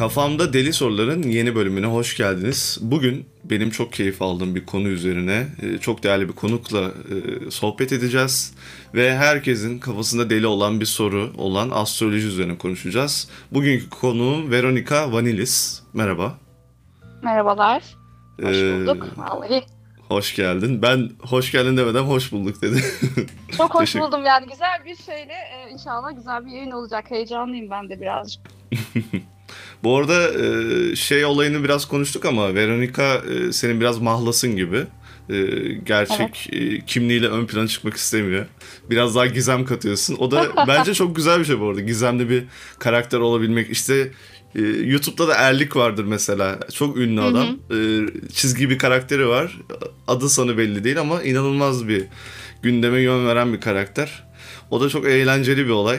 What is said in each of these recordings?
Kafamda Deli Soruların yeni bölümüne hoş geldiniz. Bugün benim çok keyif aldığım bir konu üzerine çok değerli bir konukla sohbet edeceğiz. Ve herkesin kafasında deli olan bir soru olan astroloji üzerine konuşacağız. Bugünkü konuğum Veronica Vanilis. Merhaba. Merhabalar. Hoş E, bulduk. Vallahi Hoş geldin. Ben hoş geldin demeden hoş bulduk dedi. çok hoş Teşekkür. buldum. Yani güzel bir şeyle inşallah güzel bir yayın olacak. Heyecanlıyım ben de birazcık. Bu arada şey olayını biraz konuştuk ama Veronica senin biraz mahlasın gibi. Gerçek Evet. kimliğiyle ön plana çıkmak istemiyor. Biraz daha gizem katıyorsun. O da bence çok güzel bir şey bu arada. Gizemli bir karakter olabilmek. İşte YouTube'da da Erlik vardır mesela. Çok ünlü Hı adam. hı. Çizgi bir karakteri var. Adı sanı belli değil ama inanılmaz bir gündeme yön veren bir karakter. O da çok eğlenceli bir olay.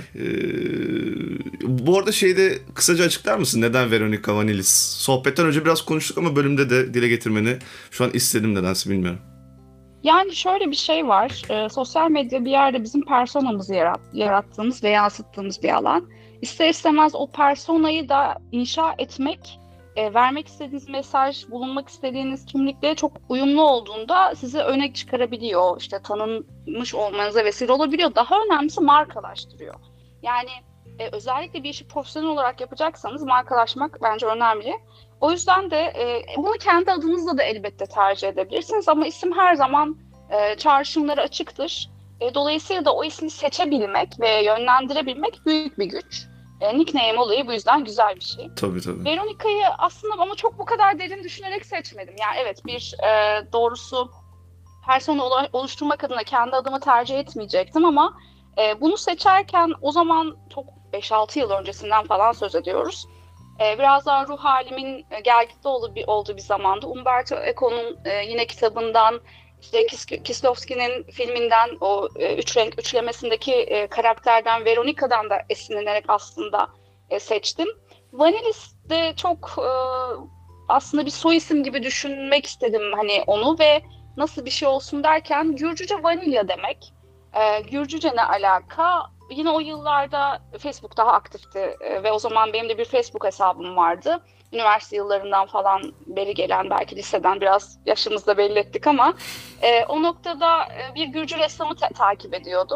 Bu arada şeyde kısaca açıklar mısın? Neden Veronica Vanilis? Sohbetten önce biraz konuştuk ama bölümde de dile getirmeni şu an istedim nedense bilmiyorum. Yani şöyle bir şey var. Sosyal medya bir yerde bizim personamızı yarattığımız ve yansıttığımız bir alan. İster istemez o personayı da inşa etmek, vermek istediğiniz mesaj, bulunmak istediğiniz kimlikle çok uyumlu olduğunda sizi öne çıkarabiliyor. İşte tanınmış olmanıza vesile olabiliyor. Daha önemlisi markalaştırıyor. Yani özellikle bir işi profesyonel olarak yapacaksanız markalaşmak bence önemli. O yüzden de bunu kendi adınızla da elbette tercih edebilirsiniz ama isim her zaman çağrışımları açıktır. Dolayısıyla da o ismi seçebilmek ve yönlendirebilmek büyük bir güç. Nickname olayı bu yüzden güzel bir şey. Tabii tabii. Veronica'yı aslında ama çok bu kadar derin düşünerek seçmedim. Yani evet bir doğrusu persona oluşturmak adına kendi adımı tercih etmeyecektim ama bunu seçerken o zaman çok 5-6 yıl öncesinden falan söz ediyoruz. Biraz daha ruh halimin gelgitli olduğu bir zamanda Umberto Eco'nun yine kitabından işte Kieslowski'nin filminden o üç renk üçlemesindeki karakterden Veronica'dan da esinlenerek aslında seçtim. Vanilis de çok aslında bir soy isim gibi düşünmek istedim hani onu ve nasıl bir şey olsun derken Gürcüce vanilya demek. Gürcüce ne alaka? Yine o yıllarda Facebook daha aktifti ve o zaman benim de bir Facebook hesabım vardı. Üniversite yıllarından falan beri gelen belki liseden biraz yaşımızda belli ettik ama o noktada bir Gürcü ressamı takip ediyordum.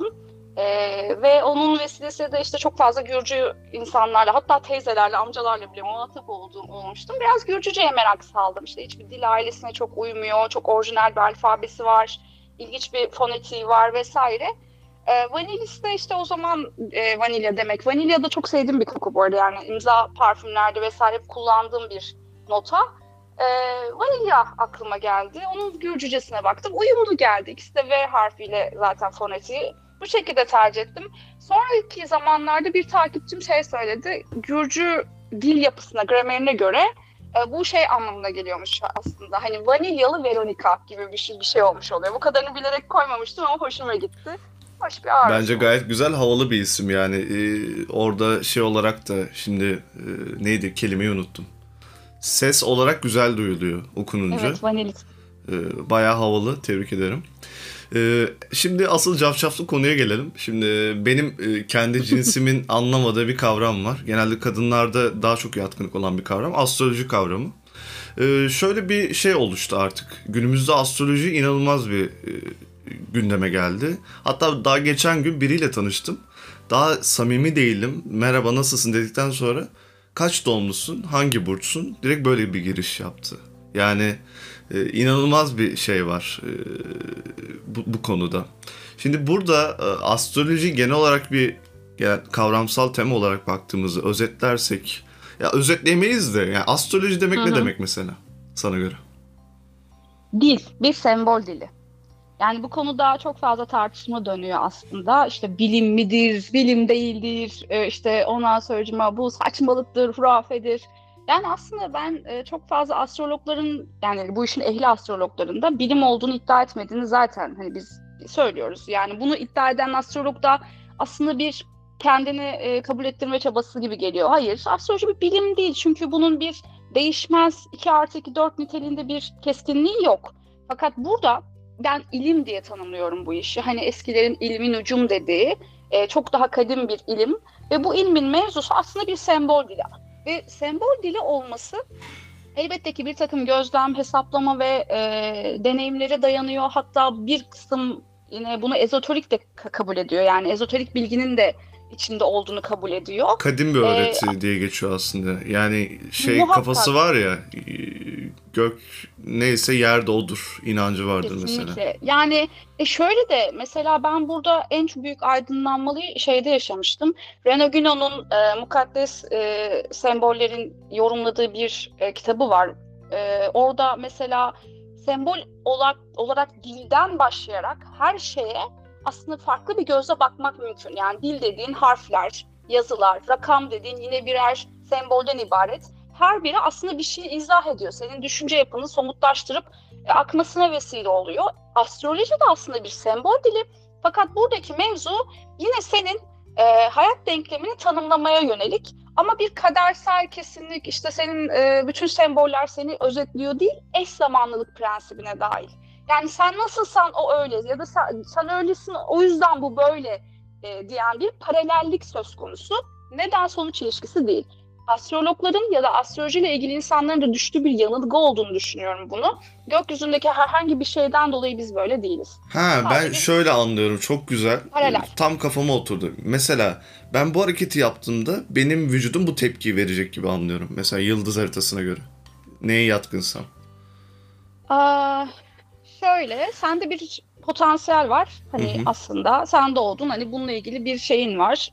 Ve onun vesilesiyle de işte çok fazla Gürcü insanlarla hatta teyzelerle, amcalarla bile muhatap olmuştum. Biraz Gürcüceye merak saldım. İşte hiçbir dil ailesine çok uymuyor. Çok orijinal bir alfabesi var. İlginç bir fonetiği var vesaire. Vanilis de işte o zaman vanilya demek. Vanilya da çok sevdiğim bir koku bu arada. Yani imza parfümlerde vesaire hep kullandığım bir nota. E, Vanilya aklıma geldi. Onun Gürcücesine baktım. Uyumlu geldi. İkisi de V harfiyle zaten fonetiği. Bu şekilde tercih ettim. Sonraki zamanlarda bir takipçim şey söyledi. Gürcü dil yapısına, gramerine göre bu şey anlamına geliyormuş aslında. Hani vanilyalı Veronica gibi bir şey olmuş oluyor. Bu kadarını bilerek koymamıştım ama hoşuma gitti. Hoş bir Bence ağrısı oldu. gayet güzel havalı bir isim yani. Orada şey olarak da şimdi neydi kelimeyi unuttum. Ses olarak güzel duyuluyor okununca. Evet, vanilis. Bayağı havalı. Tebrik ederim. Şimdi asıl cafcaflı konuya gelelim. Şimdi benim kendi cinsimin anlamadığı bir kavram var. Genelde kadınlarda daha çok yatkınlık olan bir kavram. Astroloji kavramı. Şöyle bir şey oluştu artık. Günümüzde astroloji inanılmaz bir gündeme geldi. Hatta daha geçen gün biriyle tanıştım. Daha samimi değilim. Merhaba nasılsın dedikten sonra kaç doğumlusun, hangi burçsun? Direkt böyle bir giriş yaptı. Yani inanılmaz bir şey var bu konuda. Şimdi burada astroloji genel olarak bir yani kavramsal tema olarak baktığımızda özetlersek ya özetleyemeyiz de yani astroloji Hı demek ne hı. demek mesela sana göre? Dil, bir sembol dili. Yani bu konuda çok fazla tartışma dönüyor aslında. İşte bilim midir, bilim değildir, işte ondan sonracıma bu saçmalıktır, hurafedir. Yani aslında ben çok fazla astrologların yani bu işin ehli astrologların da bilim olduğunu iddia etmediğini zaten hani biz söylüyoruz. Yani bunu iddia eden astrolog da aslında bir kendini kabul ettirme çabası gibi geliyor. Hayır, astroloji bir bilim değil çünkü bunun bir değişmez 2+2=4 niteliğinde bir keskinliği yok. Fakat burada ben ilim diye tanımlıyorum bu işi. Hani eskilerin ilmin ucum dediği çok daha kadim bir ilim ve bu ilmin mevzusu aslında bir sembol dili. Ve sembol dili olması elbette ki bir takım gözlem, hesaplama ve deneyimlere dayanıyor. Hatta bir kısım yine bunu ezoterik de kabul ediyor. Yani ezoterik bilginin de içinde olduğunu kabul ediyor. Kadim bir öğreti diye geçiyor aslında. Yani kafası Muhakkak. var ya, gök neyse yerde odur inancı vardır mesela. Kesinlikle. Yani şöyle de mesela ben burada en çok büyük aydınlanmayı şeyde yaşamıştım. Renaud Guénot'un Mukaddes Sembollerin yorumladığı bir kitabı var. Orada mesela sembol olarak dilden başlayarak her şeye aslında farklı bir gözle bakmak mümkün. Yani dil dediğin harfler, yazılar, rakam dediğin yine birer sembolden ibaret. Her biri aslında bir şeyi izah ediyor. Senin düşünce yapını somutlaştırıp akmasına vesile oluyor. Astroloji de aslında bir sembol dili. Fakat buradaki mevzu yine senin hayat denklemini tanımlamaya yönelik. Ama bir kadersel kesinlik, işte senin bütün semboller seni özetliyor değil, eş zamanlılık prensibine dahil. Yani sen nasılsan o öyle ya da sen öylesin o yüzden bu böyle diyen bir paralellik söz konusu. Neden sonuç ilişkisi değil. Astrologların ya da astrolojiyle ilgili insanların da düştüğü bir yanılgı olduğunu düşünüyorum bunu. Gökyüzündeki herhangi bir şeyden dolayı biz böyle değiliz. Ha, ben Sadece şöyle anlıyorum, çok güzel. paralel. Tam kafama oturdu. Mesela ben bu hareketi yaptığımda benim vücudum bu tepkiyi verecek gibi anlıyorum. Mesela yıldız haritasına göre. Neye yatkınsam. Aa, şöyle, sende bir potansiyel var. Hı Hani hı. aslında sen doğdun. Hani bununla ilgili bir şeyin var.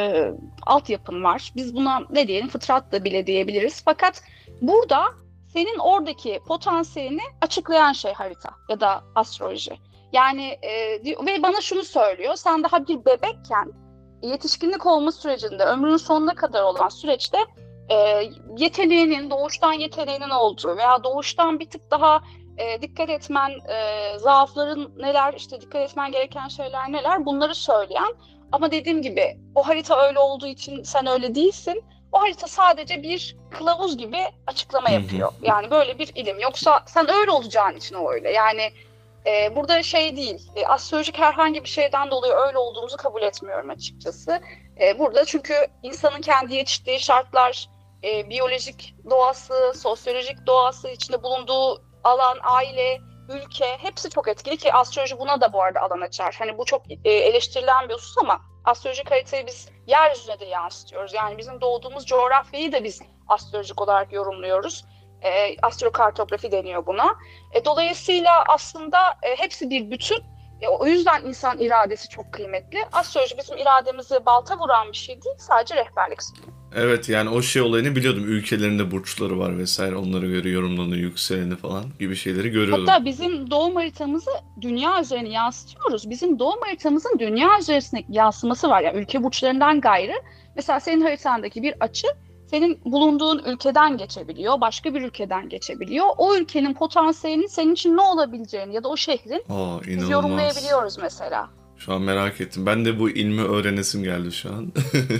Altyapın var. Biz buna ne diyelim? Fıtrat da bile diyebiliriz. Fakat burada senin oradaki potansiyelini açıklayan şey harita ya da astroloji. Yani ve bana şunu söylüyor. Sen daha bir bebekken yetişkinlik olma sürecinde, ömrünün sonuna kadar olan süreçte yeteneğinin, doğuştan yeteneğinin olduğu veya doğuştan bir tık daha dikkat etmen, zaafların neler, işte dikkat etmen gereken şeyler neler, bunları söyleyen. Ama dediğim gibi o harita öyle olduğu için sen öyle değilsin. O harita sadece bir kılavuz gibi açıklama Hı hı. yapıyor. Yani böyle bir ilim. Yoksa sen öyle olacağın için o öyle. Yani burada şey değil, astrolojik herhangi bir şeyden dolayı öyle olduğumuzu kabul etmiyorum açıkçası. Burada çünkü insanın kendi yetiştiği şartlar, biyolojik doğası, sosyolojik doğası, içinde bulunduğu alan, aile, ülke hepsi çok etkili ki astroloji buna da bu arada alan açar. Hani bu çok eleştirilen bir husus ama astrolojik haritayı biz yeryüzüne de yansıtıyoruz. Yani bizim doğduğumuz coğrafyayı da biz astrolojik olarak yorumluyoruz. Astrokartografi deniyor buna. Dolayısıyla aslında hepsi bir bütün. O yüzden insan iradesi çok kıymetli. Astroloji bizim irademizi balta vuran bir şey değil, sadece rehberlik sunuyor. Evet, yani o olayını biliyordum. Ülkelerinde burçları var vesaire. Onlara göre yorumlanıyor, yükseleni falan gibi şeyleri görüyordum. Hatta bizim doğum haritamızı dünya üzerine yansıtıyoruz. Bizim doğum haritamızın dünya üzerine yansıması var. Yani ülke burçlarından gayrı. Mesela senin haritandaki bir açı senin bulunduğun ülkeden geçebiliyor, başka bir ülkeden geçebiliyor. O ülkenin potansiyelinin senin için ne olabileceğini ya da o şehrin Aa, biz inanılmaz. yorumlayabiliyoruz mesela. Şu an merak ettim. Ben de bu ilmi öğrenesim geldi şu an.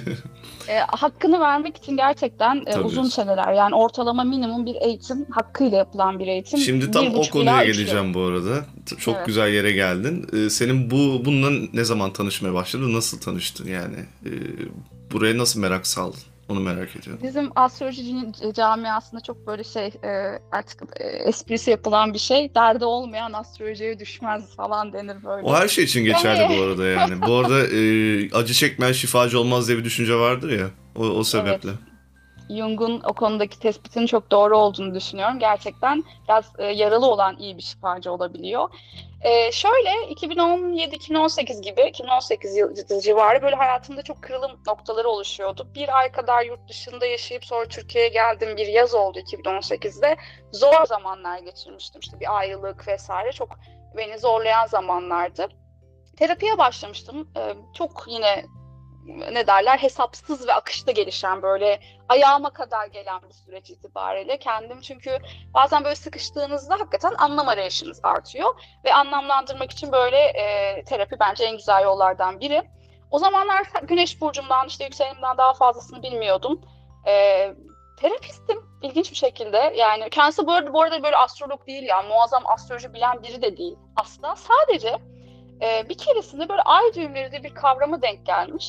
Hakkını vermek için gerçekten Tabii. uzun seneler, yani ortalama minimum bir eğitim, hakkıyla yapılan bir eğitim, Şimdi tam bir o buçuk konuya ila 3 yıl. geleceğim bu arada. Çok Evet. güzel yere geldin. Senin bununla ne zaman tanışmaya başladın? Nasıl tanıştın yani? Buraya nasıl merak saldın? Onu merak ediyorum. Bizim astroloji camiasında çok böyle artık esprisi yapılan bir şey. Derdi olmayan astrolojiye düşmez falan denir O böyle. her şey için geçerli Yani bu arada yani. Bu arada acı çekmeyen şifacı olmaz diye bir düşünce vardır ya. O sebeple. evet, Jung'un o konudaki tespitinin çok doğru olduğunu düşünüyorum. Gerçekten biraz yaralı olan iyi bir şifacı olabiliyor. Şöyle 2017-2018 gibi, 2018 yıl civarı böyle hayatımda çok kırılım noktaları oluşuyordu. Bir ay kadar yurt dışında yaşayıp sonra Türkiye'ye geldim, bir yaz oldu 2018'de. Zor zamanlar geçirmiştim, işte bir ayrılık vesaire, çok beni zorlayan zamanlardı. Terapiye başlamıştım. Çok yine ne derler, hesapsız ve akışta gelişen, böyle ayağıma kadar gelen bir süreç itibariyle kendim, çünkü bazen böyle sıkıştığınızda hakikaten anlam arayışınız artıyor ve anlamlandırmak için böyle terapi bence en güzel yollardan biri. O zamanlar Güneş burcumdan, işte yükselenimden daha fazlasını bilmiyordum. E, Terapistim ilginç bir şekilde, yani kendisi bu arada böyle astrolog değil, yani muazzam astroloji bilen biri de değil asla, sadece bir keresinde böyle ay düğümleri de bir kavrama denk gelmiş.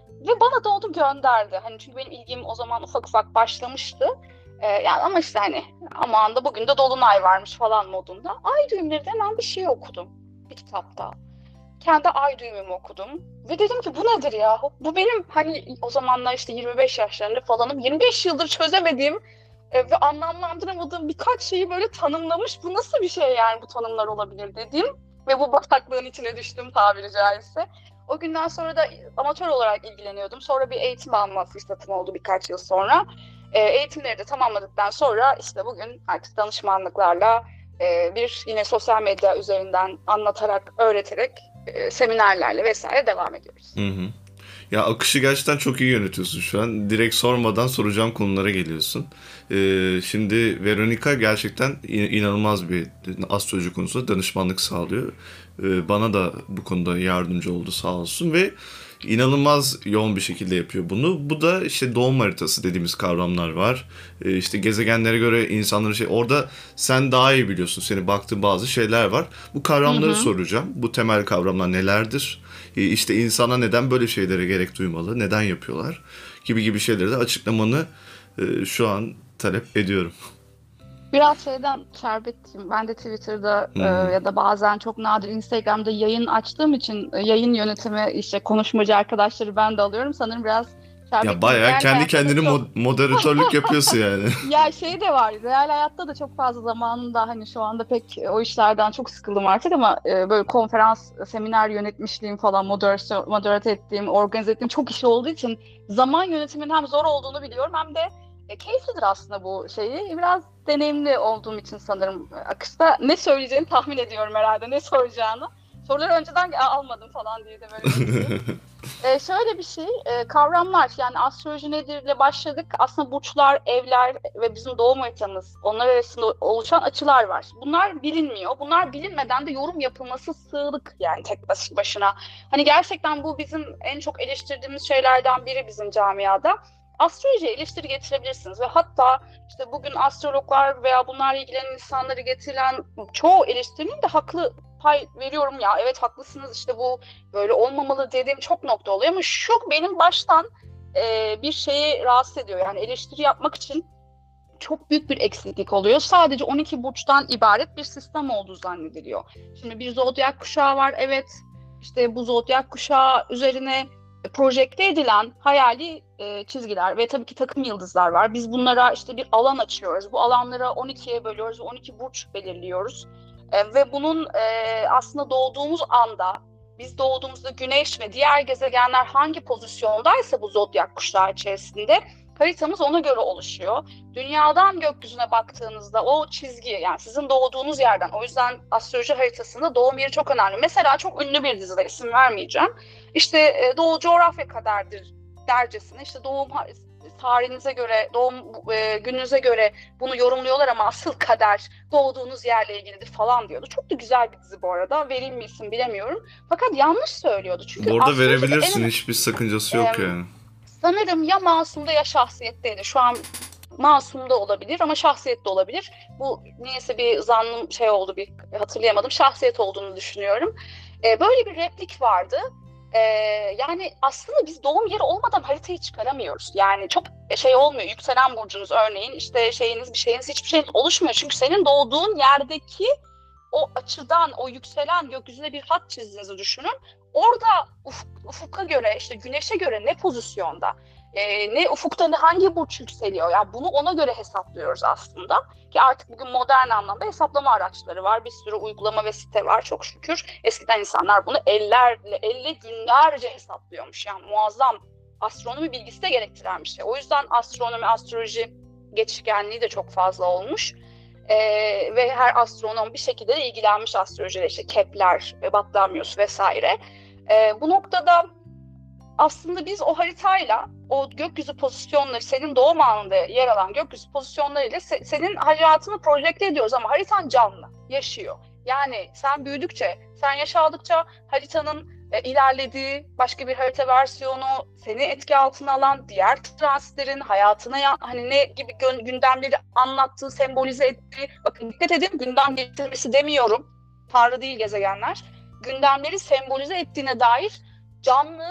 Ve bana da onu gönderdi. Hani çünkü benim ilgim o zaman ufak ufak başlamıştı. Yani ama işte hani aman da bugün de dolunay varmış falan modunda. Ay düğümleri denen bir şey okudum bir kitapta. Kendi ay düğümümü okudum. Ve dedim ki bu nedir ya? Bu benim hani o zamanlar işte 25 yaşlarında falanım. 25 yıldır çözemediğim ve anlamlandıramadığım birkaç şeyi böyle tanımlamış. Bu nasıl bir şey yani bu tanımlar olabilir dediğim. Ve bu bataklığın içine düştüm tabiri caizse. O günden sonra da amatör olarak ilgileniyordum. Sonra bir eğitim alma fırsatım oldu birkaç yıl sonra. Eğitimleri de tamamladıktan sonra işte bugün artık danışmanlıklarla bir yine sosyal medya üzerinden anlatarak, öğreterek seminerlerle vesaire devam ediyoruz. Hı hı. Ya akışı gerçekten çok iyi yönetiyorsun şu an. Direkt sormadan soracağım konulara geliyorsun. Şimdi Veronica gerçekten inanılmaz bir astroloji konusunda danışmanlık sağlıyor. Bana da bu konuda yardımcı oldu sağ olsun ve inanılmaz yoğun bir şekilde yapıyor bunu. Bu da işte doğum haritası dediğimiz kavramlar var. İşte gezegenlere göre insanların orada sen daha iyi biliyorsun. Senin baktığın bazı şeyler var. Bu kavramları soracağım. Bu temel kavramlar nelerdir? İşte insana neden böyle şeylere gerek duymalı? Neden yapıyorlar? Gibi şeyleri de açıklamanı şu an talep ediyorum. Biraz şeyden şerbetçiyim. Ben de Twitter'da ya da bazen çok nadir Instagram'da yayın açtığım için yayın yönetimi işte konuşmacı arkadaşları ben de alıyorum. Sanırım biraz şerbetçiyim. Ya bayağı kendi kendini moderatörlük yapıyorsun yani. Ya şey de var. Real hayatta da çok fazla zamanında hani şu anda pek o işlerden çok sıkıldım artık ama böyle konferans, seminer yönetmişliğim falan moderate ettiğim, organize ettiğim çok iş olduğu için zaman yönetimin hem zor olduğunu biliyorum hem de keyiflidir aslında bu şeyi. Biraz deneyimli olduğum için sanırım akışta ne söyleyeceğimi tahmin ediyorum herhalde, ne soracağını. Soruları önceden almadım falan diye de böyle şöyle bir şey, kavramlar yani astroloji nedirle başladık. Aslında burçlar, evler ve bizim doğum haritamız, onlar arasında oluşan açılar var. Bunlar bilinmiyor. Bunlar bilinmeden de yorum yapılması sığlık yani tek başına. Hani gerçekten bu bizim en çok eleştirdiğimiz şeylerden biri bizim camiada. Astrolojiye eleştiri getirebilirsiniz ve hatta işte bugün astrologlar veya bunlarla ilgilenen insanları getirilen çoğu eleştirinin de haklı pay veriyorum ya. Evet haklısınız işte bu böyle olmamalı dediğim çok nokta oluyor ama şu benim baştan bir şeyi rahatsız ediyor. Yani eleştiri yapmak için çok büyük bir eksiklik oluyor. Sadece 12 burçtan ibaret bir sistem olduğu zannediliyor. Şimdi bir zodyak kuşağı var. Evet işte bu zodyak kuşağı üzerine projekte edilen hayali çizgiler ve tabii ki takım yıldızlar var. Biz bunlara işte bir alan açıyoruz. Bu alanlara 12'ye bölüyoruz ve 12 burç belirliyoruz. Ve bunun aslında doğduğumuz anda, biz doğduğumuzda Güneş ve diğer gezegenler hangi pozisyondaysa bu zodyak kuşağı içerisinde haritamız ona göre oluşuyor. Dünyadan gökyüzüne baktığınızda o çizgi yani sizin doğduğunuz yerden, o yüzden astroloji haritasında doğum yeri çok önemli. Mesela çok ünlü bir dizide isim vermeyeceğim. İşte Doğu coğrafya kaderdir dercesine işte doğum tarihinize göre, doğum gününüze göre bunu yorumluyorlar ama asıl kader doğduğunuz yerle ilgilidir falan diyordu. Çok da güzel bir dizi bu arada. Vereyim mi isim bilemiyorum. Fakat yanlış söylüyordu. Çünkü Bu arada verebilirsin. Hiçbir sakıncası yok yani. Sanırım ya masumda ya şahsiyetteydi. Şu an masumda olabilir ama şahsiyette olabilir. Bu niyeyse bir zannım şey oldu, bir hatırlayamadım. Şahsiyet olduğunu düşünüyorum. Böyle bir replik vardı. Yani aslında biz doğum yeri olmadan haritayı çıkaramıyoruz. Yani çok şey olmuyor. Yükselen burcunuz örneğin işte şeyiniz bir şeyiniz hiçbir şeyiniz oluşmuyor. Çünkü senin doğduğun yerdeki o açıdan o yükselen gökyüzüne bir hat çizdiğinizi düşünün. Orada ufuka göre işte güneşe göre ne pozisyonda ne ufukta hangi burç yükseliyor ya bunu ona göre hesaplıyoruz aslında ki artık bugün modern anlamda hesaplama araçları var, bir sürü uygulama ve site var çok şükür. Eskiden insanlar bunu elle günlerce hesaplıyormuş yani muazzam astronomi bilgisi de gerektiren bir şey. O yüzden astronomi, astroloji geçişkenliği de çok fazla olmuş. Ve her astronom bir şekilde ilgilenmiş astrolojiyle işte Kepler, Batlamyus vesaire. Bu noktada aslında biz o haritayla o gökyüzü pozisyonları senin doğum anında yer alan gökyüzü pozisyonlarıyla senin hayatını projekte ediyoruz ama haritan canlı, yaşıyor. Yani sen büyüdükçe, sen yaş aldıkça haritanın ilerlediği başka bir harita versiyonu, seni etki altına alan diğer transitlerin hayatına hani ne gibi gündemleri anlattığı, sembolize ettiği, bakın dikkat edin gündem getirmesi demiyorum, Tanrı değil gezegenler, gündemleri sembolize ettiğine dair canlı,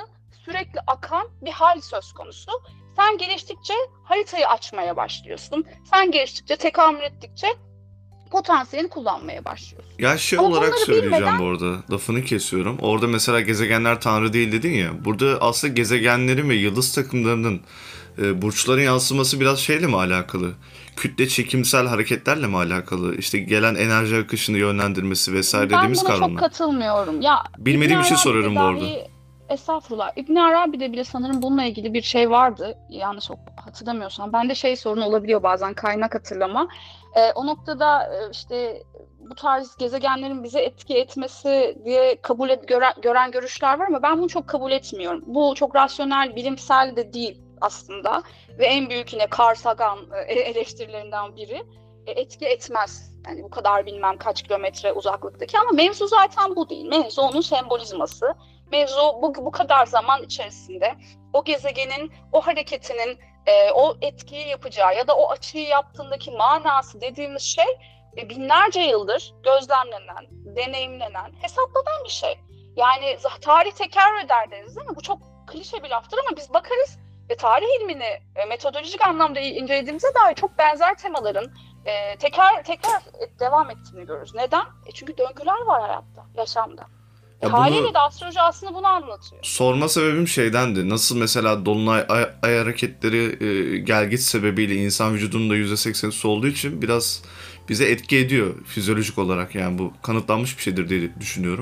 sürekli akan bir hal söz konusu. Sen geliştikçe haritayı açmaya başlıyorsun. Sen geliştikçe, tekamül ettikçe potansiyelini kullanmaya başlıyorsun. Ya şey Ama olarak bunları söyleyeceğim bilmeden bu arada. Lafını kesiyorum. Orada mesela gezegenler tanrı değil dedin ya. Burada aslında gezegenlerin ve yıldız takımlarının burçların yansıması biraz şeyle mi alakalı? Kütle çekimsel hareketlerle mi alakalı? İşte gelen enerji akışını yönlendirmesi vesaire ben dediğimiz buna çok kavramlar. katılmıyorum. Ya İbn Bilmediğim için Arabi'de soruyorum bu arada. dahi, estağfurullah, İbn Arabi'de bile sanırım bununla ilgili bir şey vardı. Yanlış hatırlamıyorsam. Bende şey sorunu olabiliyor bazen, kaynak hatırlama. O noktada işte bu tarz gezegenlerin bize etki etmesi diye gören görüşler var ama ben bunu çok kabul etmiyorum. Bu çok rasyonel, bilimsel de değil aslında. Ve en büyük yine Carl Sagan eleştirilerinden biri. Etki etmez. Yani bu kadar bilmem kaç kilometre uzaklıktaki, ama mevzu zaten bu değil. Mevzu onun sembolizması. Mevzu bu kadar zaman içerisinde o gezegenin, o hareketinin o etkiyi yapacağı ya da o açıyı yaptığındaki manası dediğimiz şey binlerce yıldır gözlemlenen, deneyimlenen, hesaplanan bir şey. Yani tarih tekrar eder deriz değil mi? Bu çok klişe bir laftır ama biz bakarız ve tarih ilmini metodolojik anlamda incelediğimize dair çok benzer temaların tekrar devam ettiğini görürüz. Neden? Çünkü döngüler var hayatta, yaşamda. Ya Haliyle bunu de astroloji aslında bunu anlatıyor. sorma sebebim şeydendi. Nasıl mesela dolunay ay hareketleri gelgit sebebiyle insan vücudunda %80'i su olduğu için biraz bize etki ediyor fizyolojik olarak. Yani bu kanıtlanmış bir şeydir diye düşünüyorum.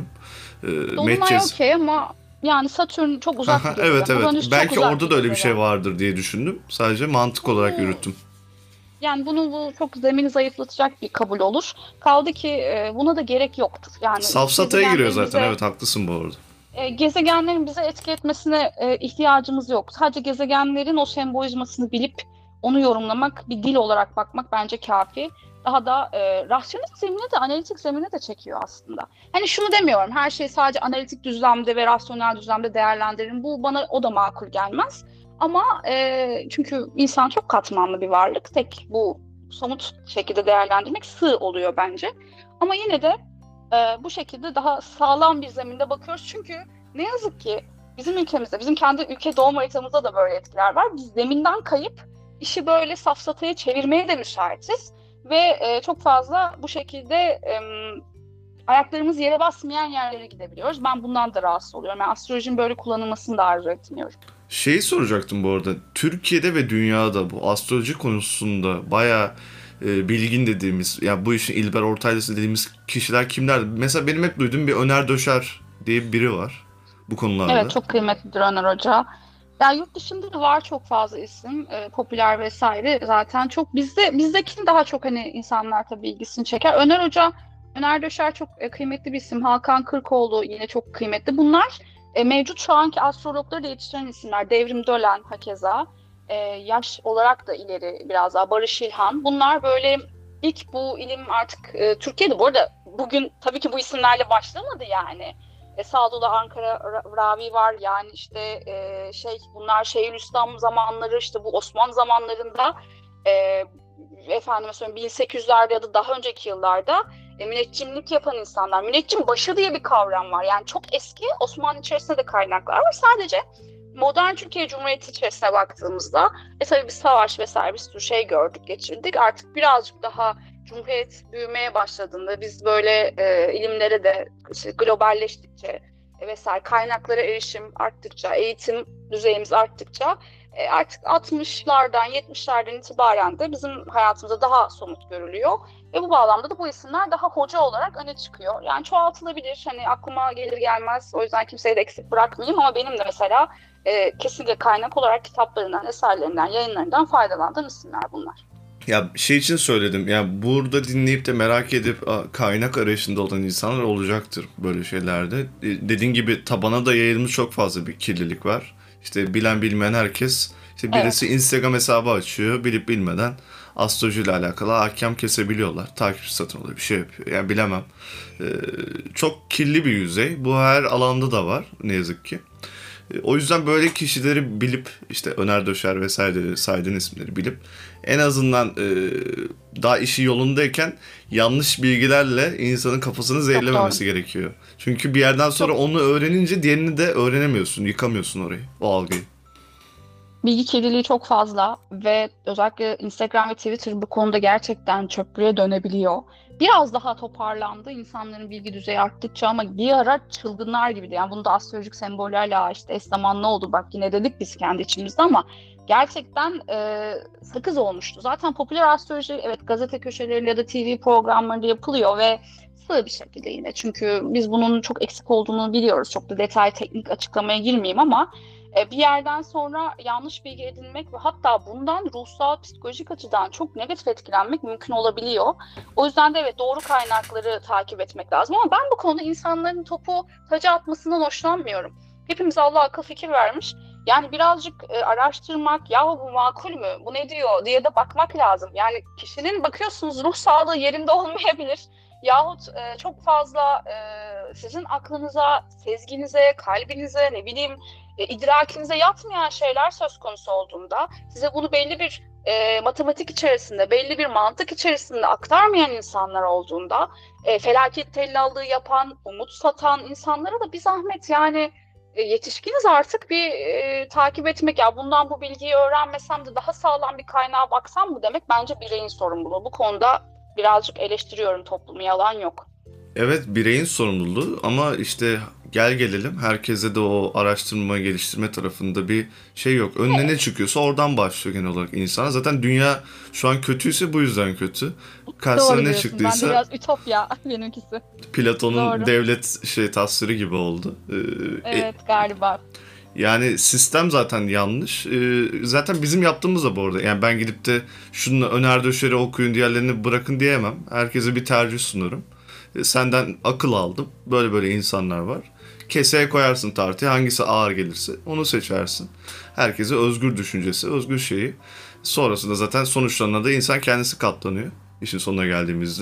Dolunay Medcez. okey ama yani Satürn çok uzak bir Evet, gezegen. evet. Uranüs çok Belki uzak orada bir da öyle bir şey gezegen. vardır diye düşündüm. Sadece mantık olarak Bu yürüttüm. Yani bu çok zemini zayıflatacak bir kabul olur. Kaldı ki buna da gerek yoktur. Yani Safsataya giriyor zaten. Evet, haklısın bu arada. gezegenlerin bize etki etmesine ihtiyacımız yok. Sadece gezegenlerin o sembolizmasını bilip onu yorumlamak, bir dil olarak bakmak bence kafi. Daha da rasyonel zemine de, analitik zemine de çekiyor aslında. Hani şunu demiyorum, her şeyi sadece analitik düzlemde ve rasyonel düzlemde değerlendiririm. Bu bana o da makul gelmez. Ama çünkü insan çok katmanlı bir varlık. Tek bu somut şekilde değerlendirmek sığ oluyor bence. Ama yine de bu şekilde daha sağlam bir zeminde bakıyoruz. Çünkü ne yazık ki bizim ülkemizde, bizim kendi ülke doğum haritamızda da böyle etkiler var. Biz zeminden kayıp işi böyle safsataya çevirmeye de müsaitiz. Ve çok fazla bu şekilde ayaklarımız yere basmayan yerlere gidebiliyoruz. Ben bundan da rahatsız oluyorum. Yani astrolojinin böyle kullanılmasını da arzu etmiyorum. Şeyi soracaktım bu arada. Türkiye'de ve dünyada bu astroloji konusunda bayağı bilgin dediğimiz, ya bu işin İlber Ortaylısı dediğimiz kişiler kimler? Mesela benim hep duyduğum bir Öner Döşer diye biri var bu konularda. Evet, çok kıymetlidir Öner Hoca. Ya yurt dışında da var çok fazla isim, popüler vesaire. Zaten çok bizdekini daha çok hani insanlar tabii ilgisini çeker. Öner Döşer çok kıymetli bir isim. Hakan Kırkoğlu yine çok kıymetli. Bunlar mevcut şu anki astrologları da yetiştiren isimler. Devrim Dölen hakeza. Yaş olarak da ileri biraz daha Barış İlhan. Bunlar böyle ilk bu ilim artık Türkiye'de, bu arada bugün tabii ki bu isimlerle başlamadı yani. Sadullah Ankara Ravi var, yani işte bunlar Şeyhülislam zamanları, işte bu Osmanlı zamanlarında efendime söyleyeyim 1800'lerde ya da daha önceki yıllarda müneccimlik yapan insanlar. Müneccim başı diye bir kavram var. Yani çok eski Osmanlı içerisinde de kaynaklar var. Sadece modern Türkiye Cumhuriyeti içerisine baktığımızda tabii bir savaş vesaire bir sürü şey gördük, geçirdik. Artık birazcık daha Cumhuriyet büyümeye başladığında, biz böyle ilimlere de işte globalleştikçe vesaire, kaynaklara erişim arttıkça, eğitim düzeyimiz arttıkça artık 60'lardan 70'lerden itibaren de bizim hayatımızda daha somut görülüyor. Ve bu bağlamda da bu isimler daha hoca olarak öne çıkıyor. Yani çoğaltılabilir. Hani aklıma gelir gelmez. O yüzden kimseyi de eksik bırakmayayım, ama benim de mesela kesinlikle kaynak olarak kitaplarından, eserlerinden, yayınlarından faydalandığım isimler bunlar. Ya şey için söyledim. Ya burada dinleyip de merak edip kaynak arayışında olan insanlar olacaktır böyle şeylerde. Dediğin gibi tabana da yayılmış çok fazla bir kirlilik var. İşte bilen bilmeyen herkes, işte birisi Evet. Instagram hesabı açıyor, bilip bilmeden astrolojiyle alakalı ahkam kesebiliyorlar. Takipçi satın alıyor, bir şey yapıyor. Yani bilemem. Çok kirli bir yüzey. Bu her alanda da var ne yazık ki. O yüzden böyle kişileri bilip işte Öner Döşer vesaire saydığın isimleri bilip en azından daha işi yolundayken yanlış bilgilerle insanın kafasını Çok doğru. zehirlememesi gerekiyor. Çünkü bir yerden sonra Çok onu öğrenince diğerini de öğrenemiyorsun, yıkamıyorsun orayı, o algıyı. bilgi kirliliği çok fazla ve özellikle Instagram ve Twitter bu konuda gerçekten çöplüğe dönebiliyor. Biraz daha toparlandı insanların bilgi düzeyi arttıkça ama bir ara çılgınlar gibiydi. Yani bunu da astrolojik sembollerle işte eş zamanlı oldu. Bak yine dedik biz kendi içimizde ama gerçekten sakız olmuştu. Zaten popüler astroloji evet gazete köşelerinde ya da TV programlarında yapılıyor ve sığ bir şekilde yine. Çünkü biz bunun çok eksik olduğunu biliyoruz. Çok da detay teknik açıklamaya girmeyeyim ama bir yerden sonra yanlış bilgi edinmek ve hatta bundan ruhsal, psikolojik açıdan çok negatif etkilenmek mümkün olabiliyor. O yüzden de evet doğru kaynakları takip etmek lazım. Ama ben bu konuda insanların topu taca atmasından hoşlanmıyorum. Hepimize Allah akıl fikir vermiş. Yani birazcık araştırmak, yahu bu makul mü, bu ne diyor diye de bakmak lazım. Yani kişinin bakıyorsunuz ruh sağlığı yerinde olmayabilir. Yahut çok fazla sizin aklınıza, sezginize, kalbinize, ne bileyim idrakinize yatmayan şeyler söz konusu olduğunda, size bunu belli bir matematik içerisinde, belli bir mantık içerisinde aktarmayan insanlar olduğunda, felaket tellallığı yapan, umut satan insanlara da bir zahmet yani yetişkiniz artık bir takip etmek. Ya bundan bu bilgiyi öğrenmesem de daha sağlam bir kaynağa baksam mı demek bence bireyin sorumluluğu. Bu konuda birazcık eleştiriyorum toplumu, yalan yok. Evet, bireyin sorumluluğu ama işte gel gelelim herkese de o araştırma geliştirme tarafında bir şey yok. Önüne ne Evet, çıkıyorsa oradan başlıyor genel olarak insan. Zaten dünya şu an kötüyse bu yüzden kötü. Karşısına doğru ne diyorsun. Ben de çıktıysa biraz ütopya benimkisi. Platon'un Doğru. devlet tasviri gibi oldu. Evet galiba. Yani sistem zaten yanlış. Zaten bizim yaptığımız da bu arada. Yani ben gidip de şunu Öner Döşer'i okuyun diğerlerini bırakın diyemem. Herkese bir tercih sunarım. Senden akıl aldım. Böyle böyle insanlar var. Keseye koyarsın tartıya. Hangisi ağır gelirse onu seçersin. Herkese özgür düşüncesi, özgür şeyi. Sonrasında zaten sonuçlarına da insan kendisi katlanıyor. İşin sonuna geldiğimizde.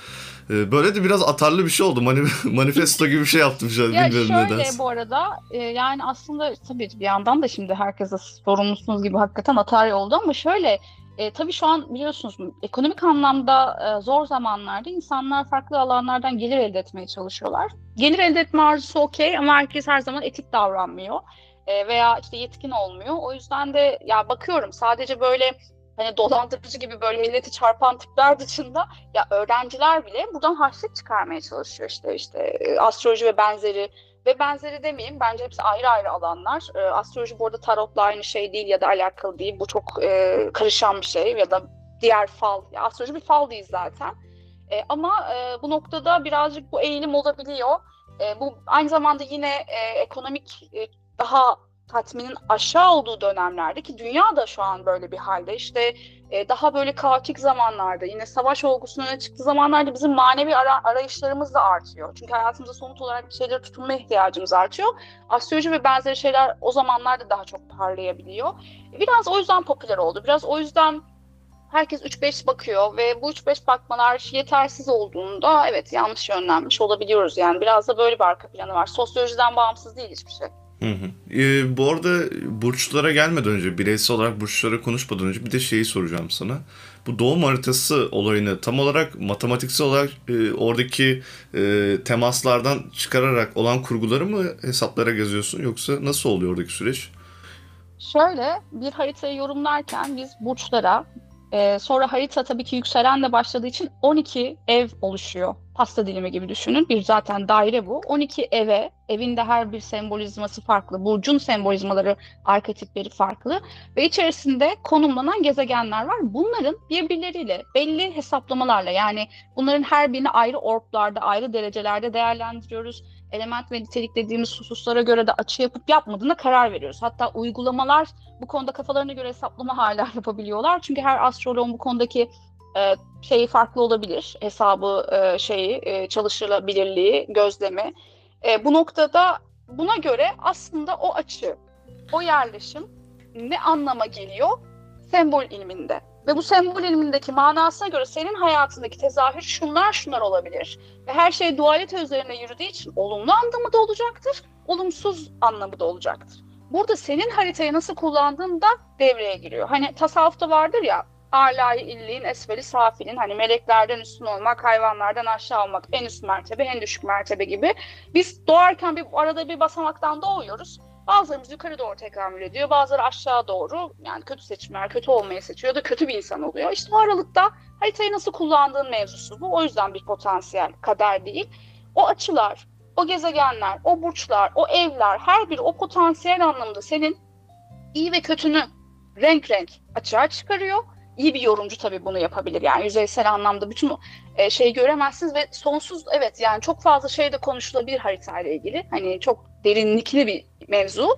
Böyle de biraz atarlı bir şey oldu. Manifesto gibi bir şey yaptım şu an. Ya Bilmiyorum şöyle nedense. bu arada yani aslında tabii bir yandan da şimdi herkese sorumlusunuz gibi hakikaten atar oldu ama şöyle tabii şu an biliyorsunuz ekonomik anlamda zor zamanlarda insanlar farklı alanlardan gelir elde etmeye çalışıyorlar. Gelir elde etme arzusu okey ama herkes her zaman etik davranmıyor veya işte yetkin olmuyor. O yüzden de ya bakıyorum sadece böyle hani dolandırıcı gibi böyle milleti çarpan tipler dışında ya öğrenciler bile buradan harçlık çıkarmaya çalışıyor işte astroloji ve benzeri demeyeyim bence hepsi ayrı ayrı alanlar. Astroloji bu arada tarotla aynı şey değil ya da alakalı değil. Bu çok karışan bir şey ya da diğer fal. Ya, astroloji bir fal değil zaten. Ama bu noktada birazcık bu eğilim olabiliyor. Bu aynı zamanda yine ekonomik daha tatminin aşağı olduğu dönemlerde ki dünya da şu an böyle bir halde işte daha böyle kaotik zamanlarda yine savaş olgusunun öne çıktığı zamanlarda bizim manevi arayışlarımız da artıyor. Çünkü hayatımızda somut olarak bir şeylere tutunma ihtiyacımız artıyor. Astroloji ve benzeri şeyler o zamanlarda daha çok parlayabiliyor. Biraz o yüzden popüler oldu. Biraz o yüzden herkes 3-5 bakıyor ve bu 3-5 bakmalar yetersiz olduğunda evet yanlış yönlenmiş olabiliyoruz. Yani biraz da böyle bir arka planı var. Sosyolojiden bağımsız değil hiçbir şey. Hı hı. Bu arada burçlara gelmeden önce, bireysel olarak burçlara konuşmadan önce bir de şeyi soracağım sana. Bu doğum haritası olayını tam olarak matematiksel olarak oradaki temaslardan çıkararak olan kurguları mı hesaplara yazıyorsun yoksa nasıl oluyor oradaki süreç? Şöyle bir haritayı yorumlarken biz burçlara sonra harita tabii ki yükselenle başladığı için 12 ev oluşuyor. Pasta dilimi gibi düşünün. Bir zaten daire bu. 12 eve, evinde her bir sembolizması farklı. Burcun sembolizmaları, arketipleri farklı. Ve içerisinde konumlanan gezegenler var. Bunların birbirleriyle belli hesaplamalarla yani bunların her birini ayrı orblarda, ayrı derecelerde değerlendiriyoruz. Element ve nitelik dediğimiz hususlara göre de açı yapıp yapmadığına karar veriyoruz. Hatta uygulamalar bu konuda kafalarına göre hesaplama hala yapabiliyorlar. Çünkü her astroloğun bu konudaki şeyi farklı olabilir. Hesabı, çalışılabilirliği, gözlemi. Bu noktada buna göre aslında o açı, o yerleşim ne anlama geliyor? Sembol ilminde. Ve bu sembol ilmindeki manasına göre senin hayatındaki tezahür şunlar olabilir. Ve her şey dualite üzerine yürüdüğü için olumlu anlamı da olacaktır, olumsuz anlamı da olacaktır. burada senin haritayı nasıl kullandığın da devreye giriyor. Hani tasavvufta vardır ya, âlâ-i illiğin, esfeli safilin, hani meleklerden üstün olmak, hayvanlardan aşağı olmak, en üst mertebe, en düşük mertebe gibi. Biz doğarken arada bir basamaktan doğuyoruz. Bazılarımız yukarı doğru tekamül ediyor, bazıları aşağı doğru, yani kötü seçimler, kötü olmayı seçiyor ya da kötü bir insan oluyor. İşte o aralıkta haritayı nasıl kullandığın mevzusu bu. O yüzden bir potansiyel, kader değil. O açılar, o gezegenler, o burçlar, o evler, her biri o potansiyel anlamda senin iyi ve kötünü renk renk açığa çıkarıyor. İyi bir yorumcu tabii bunu yapabilir. Yani yüzeysel anlamda bütün şeyi göremezsiniz ve sonsuz, evet, yani çok fazla şey de konuşulabilir haritayla ilgili. Hani çok derinlikli bir mevzu.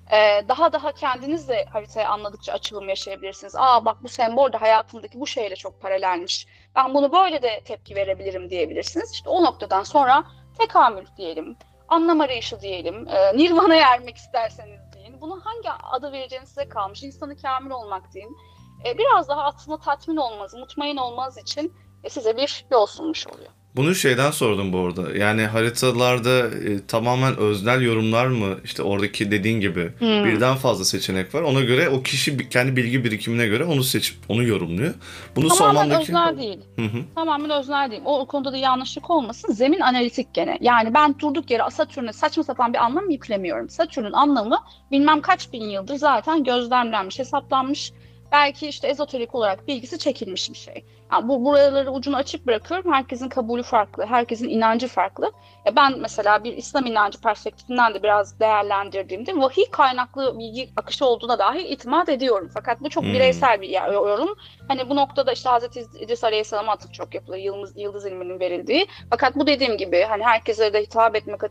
Daha kendiniz de haritayı anladıkça açılım yaşayabilirsiniz. Aa, bak, bu sembol de hayatımdaki bu şeyle çok paralelmiş. Ben bunu böyle de tepki verebilirim diyebilirsiniz. İşte o noktadan sonra tekamül diyelim, anlam arayışı diyelim, nirvana'ya ermek isterseniz deyin. Bunu hangi adı vereceğiniz size kalmış. İnsanı kamil olmak deyin. Biraz daha aslında tatmin olmanız, mutmain olmanız için size bir yol sunmuş oluyor. Bunu şeyden sordum bu arada. Yani haritalarda tamamen öznel yorumlar mı? İşte oradaki dediğin gibi birden fazla seçenek var. Ona göre o kişi kendi bilgi birikimine göre onu seçip onu yorumluyor. Bunu Tamamen öznel değil. Hı. Tamamen öznel değil. O konuda da yanlışlık olmasın. Zemin analitik gene. Yani ben durduk yere Satürn'e saçma sapan bir anlam yüklemiyorum. Satürn'ün anlamı bilmem kaç bin yıldır zaten gözlemlenmiş, hesaplanmış. Belki işte ezoterik olarak bilgisi çekilmiş bir şey. Yani buraları ucunu açık bırakıyorum. Herkesin kabulü farklı, herkesin inancı farklı. Ben mesela bir İslam inancı perspektifinden de biraz değerlendirdiğimde vahiy kaynaklı bilgi akışı olduğuna dahi itimat ediyorum. Fakat bu çok bireysel bir yorum. Hani bu noktada işte Hazreti İdris Aleyhisselam'a atıf çok yapılır. Yıldız ilminin verildiği. Fakat bu dediğim gibi hani herkese de hitap etmek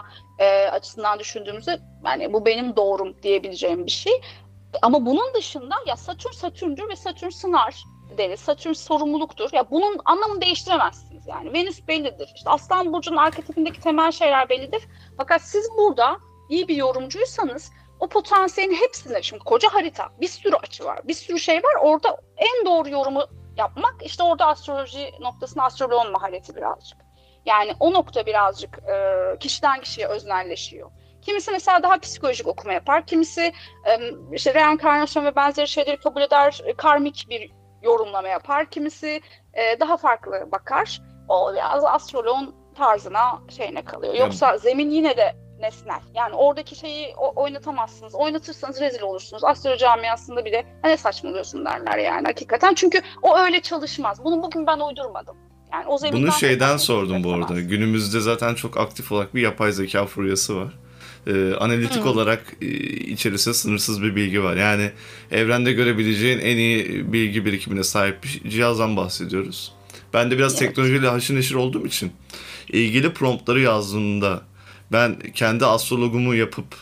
açısından düşündüğümüzde yani bu benim doğrum diyebileceğim bir şey. Ama bunun dışında ya Satürn'dür ve Satürn sınar deriz. Satürn sorumluluktur. Ya bunun anlamını değiştiremezsiniz yani. Venüs bellidir. İşte Aslan burcunun arketipindeki temel şeyler bellidir. Fakat siz burada iyi bir yorumcuysanız o potansiyelin hepsinde, şimdi koca harita, bir sürü açı var, bir sürü şey var. Orada en doğru yorumu yapmak, işte orada astroloji noktasında astroloğun mahareti birazcık. Yani o nokta birazcık kişiden kişiye öznelleşiyor. Kimisi mesela daha psikolojik okuma yapar. Kimisi işte reenkarnasyon ve benzeri şeyleri kabul eder. Karmik bir yorumlama yapar. Kimisi daha farklı bakar. O biraz astroloğun tarzına şeyine kalıyor. Yoksa zemin yine de nesnel. Yani oradaki şeyi oynatamazsınız. Oynatırsanız rezil olursunuz. Astroloji camiasında bile ne saçmalıyorsun derler yani hakikaten. Çünkü o öyle çalışmaz. Bunu bugün ben uydurmadım. Yani o bunu şeyden sordum bu arada. Günümüzde zaten çok aktif olarak bir yapay zeka furyası var. Analitik olarak içerisinde sınırsız bir bilgi var. Yani evrende görebileceğin en iyi bilgi birikimine sahip bir cihazdan bahsediyoruz. Ben de biraz teknolojiyle haşır neşir olduğum için ilgili promptları yazdığımda ben kendi astrologumu yapıp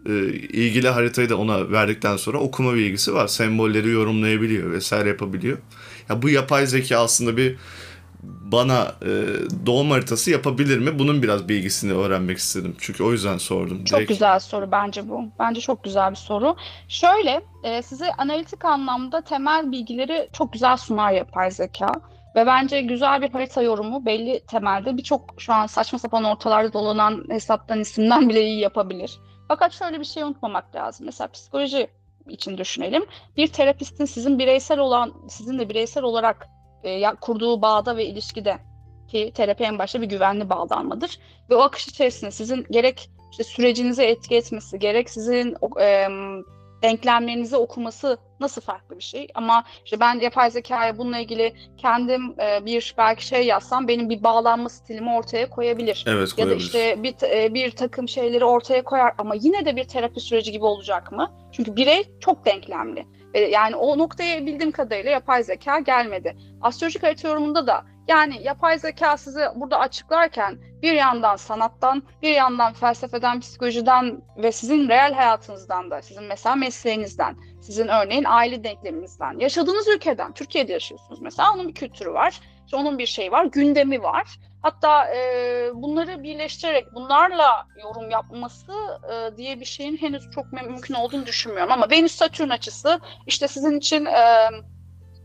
ilgili haritayı da ona verdikten sonra okuma bilgisi var. Sembolleri yorumlayabiliyor vesaire yapabiliyor. Ya bu yapay zeka aslında bir bana doğum haritası yapabilir mi? Bunun biraz bilgisini öğrenmek istedim. Çünkü o yüzden sordum. Çok güzel soru bence bu. Bence çok güzel bir soru. Şöyle, size analitik anlamda temel bilgileri çok güzel sunar yapay zeka. Ve bence güzel bir harita yorumu belli temelde birçok şu an saçma sapan ortalarda dolanan hesaptan isimden bile iyi yapabilir. Fakat şöyle bir şey unutmamak lazım. Mesela psikoloji için düşünelim. Bir terapistin sizinle bireysel olarak kurduğu bağda ve ilişkide, ki terapi en başta bir güvenli bağlanmadır ve o akış içerisinde sizin gerek işte sürecinize etki etmesi, gerek sizin denklemlerinizi okuması nasıl farklı bir şey. Ama işte ben yapay zekaya bununla ilgili kendim bir belki şey yazsam benim bir bağlanma stilimi ortaya koyabilir. Evet, ya da işte bir takım şeyleri ortaya koyar ama yine de bir terapi süreci gibi olacak mı? Çünkü birey çok denklemli. Yani o noktaya bildiğim kadarıyla yapay zeka gelmedi. Astrolojik harita yorumunda da yani yapay zeka size burada açıklarken bir yandan sanattan, bir yandan felsefeden, psikolojiden ve sizin reel hayatınızdan da, sizin mesela mesleğinizden, sizin örneğin aile denkleminizden, yaşadığınız ülkeden, Türkiye'de yaşıyorsunuz mesela, onun bir kültürü var, işte onun bir şeyi var, gündemi var. Hatta bunları birleştirerek bunlarla yorum yapması diye bir şeyin henüz çok mümkün olduğunu düşünmüyorum. Ama Venüs-Satürn açısı işte sizin için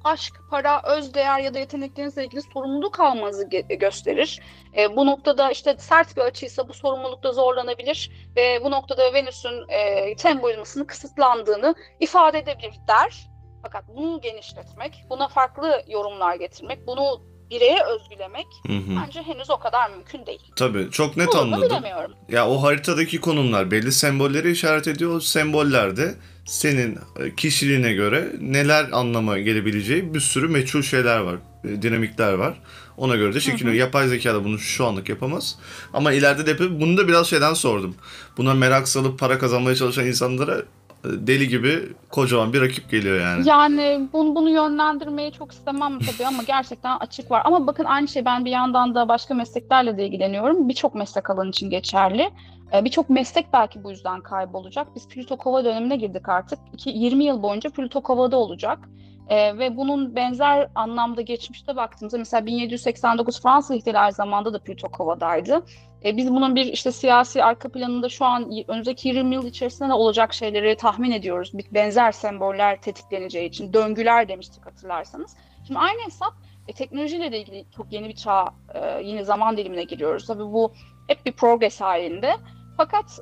aşk, para, özdeğer ya da yeteneklerinizle ilgili sorumluluk almanızı gösterir. Bu noktada işte sert bir açıysa bu sorumlulukta zorlanabilir ve bu noktada Venüs'ün sembolizmasının kısıtlandığını ifade edebilir der. Fakat bunu genişletmek, buna farklı yorumlar getirmek, bunu bireye özgülemek Hı hı. bence henüz o kadar mümkün değil. Tabii çok net Olur mu anladım. bilemiyorum. Ya o haritadaki konumlar belli sembolleri işaret ediyor. O semboller de senin kişiliğine göre neler anlama gelebileceği bir sürü meçhul şeyler var. Dinamikler var. Ona göre de şekilleniyor. Yapay zeka da bunu şu anlık yapamaz. Ama ileride de yapıyor. Bunu da biraz şeyden sordum. Buna merak salıp para kazanmaya çalışan insanlara deli gibi kocaman bir rakip geliyor yani. Yani bunu yönlendirmeyi çok istemem tabii ama gerçekten açık var. Ama bakın aynı şey ben bir yandan da başka mesleklerle de ilgileniyorum. Birçok meslek alanı için geçerli. Birçok meslek belki bu yüzden kaybolacak. Biz Plüto Kova dönemine girdik artık. 20 yıl boyunca Plüto Kova'da olacak. Ve bunun benzer anlamda geçmişte baktığımızda mesela 1789 Fransız İhtilali zamanında da Plüto Kova'daydı. Biz bunun bir işte siyasi arka planında şu an önümüzdeki 20 yıl içerisinde de olacak şeyleri tahmin ediyoruz. Benzer semboller tetikleneceği için döngüler demiştik hatırlarsanız. Şimdi aynı hesap teknolojiyle de ilgili çok yeni bir çağ, yeni zaman dilimine giriyoruz. Tabii bu hep bir progres halinde. Fakat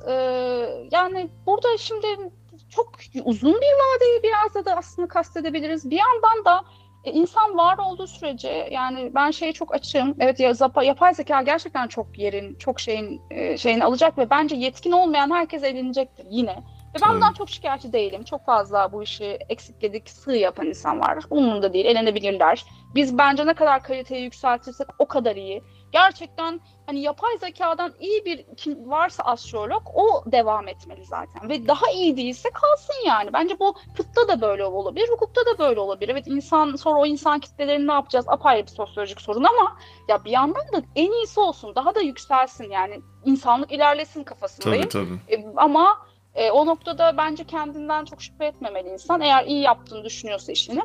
yani burada şimdi çok uzun bir vadeyi biraz da aslında kastedebiliriz. Bir yandan da insan var olduğu sürece yani ben şeye çok açığım. Evet yapay zeka gerçekten çok yerin, çok şeyini alacak ve bence yetkin olmayan herkes eğlenecektir yine. Ve ben bundan çok şikayetçi değilim. Çok fazla bu işi eksikledik, sığ yapan insan var. Umurumda değil, eğlenebilirler. Biz bence ne kadar kaliteyi yükseltirsek o kadar iyi. Gerçekten hani yapay zekadan iyi bir kim varsa astrolog o devam etmeli zaten. Ve daha iyi değilse kalsın yani. Bence bu tıpta da böyle olabilir, hukukta da böyle olabilir. Evet sonra o insan kitlelerini ne yapacağız? Apayrı bir sosyolojik sorun ama ya bir yandan da en iyisi olsun, daha da yükselsin yani. İnsanlık ilerlesin kafasındayım. Tabii. Ama o noktada bence kendinden çok şüphe etmemeli insan. Eğer iyi yaptığını düşünüyorsa işini.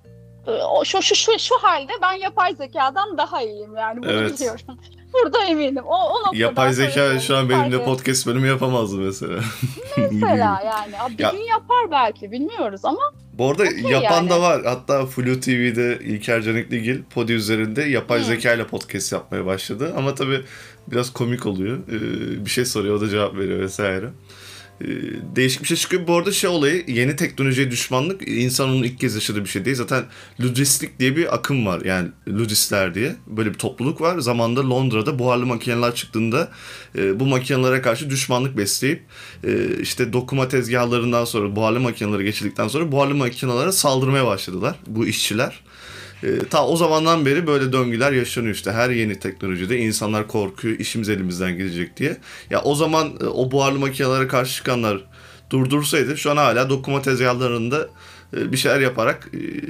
Şu halde ben yapay zekadan daha iyiyim yani bunu biliyorum. Burada eminim. O noktada yapay zeka şu an benimle podcast bölümü yapamazdı mesela. Mesela yani. Bir gün yapar belki bilmiyoruz ama. Bu arada yapan da var. Hatta Flu TV'de İlker Canikligil Podi üzerinde yapay zeka ile podcast yapmaya başladı. Ama tabii biraz komik oluyor. Bir şey soruyor o da cevap veriyor vesaire. Değişik bir şey çıkıyor. Bu arada olayı yeni teknolojiye düşmanlık insanın ilk kez yaşadığı bir şey değil. Zaten Ludistlik diye bir akım var. Yani Ludistler diye. Böyle bir topluluk var. Zamanında Londra'da buharlı makineler çıktığında bu makinelere karşı düşmanlık besleyip işte dokuma tezgahlarından sonra buharlı makineleri geçildikten sonra buharlı makinelere saldırmaya başladılar bu işçiler. Ta o zamandan beri böyle döngüler yaşanıyor işte. Her yeni teknolojide insanlar korkuyor işimiz elimizden gidecek diye. Ya o zaman o buharlı makinelere karşı çıkanlar durdursaydı şu an hala dokuma tezgahlarında bir şeyler yaparak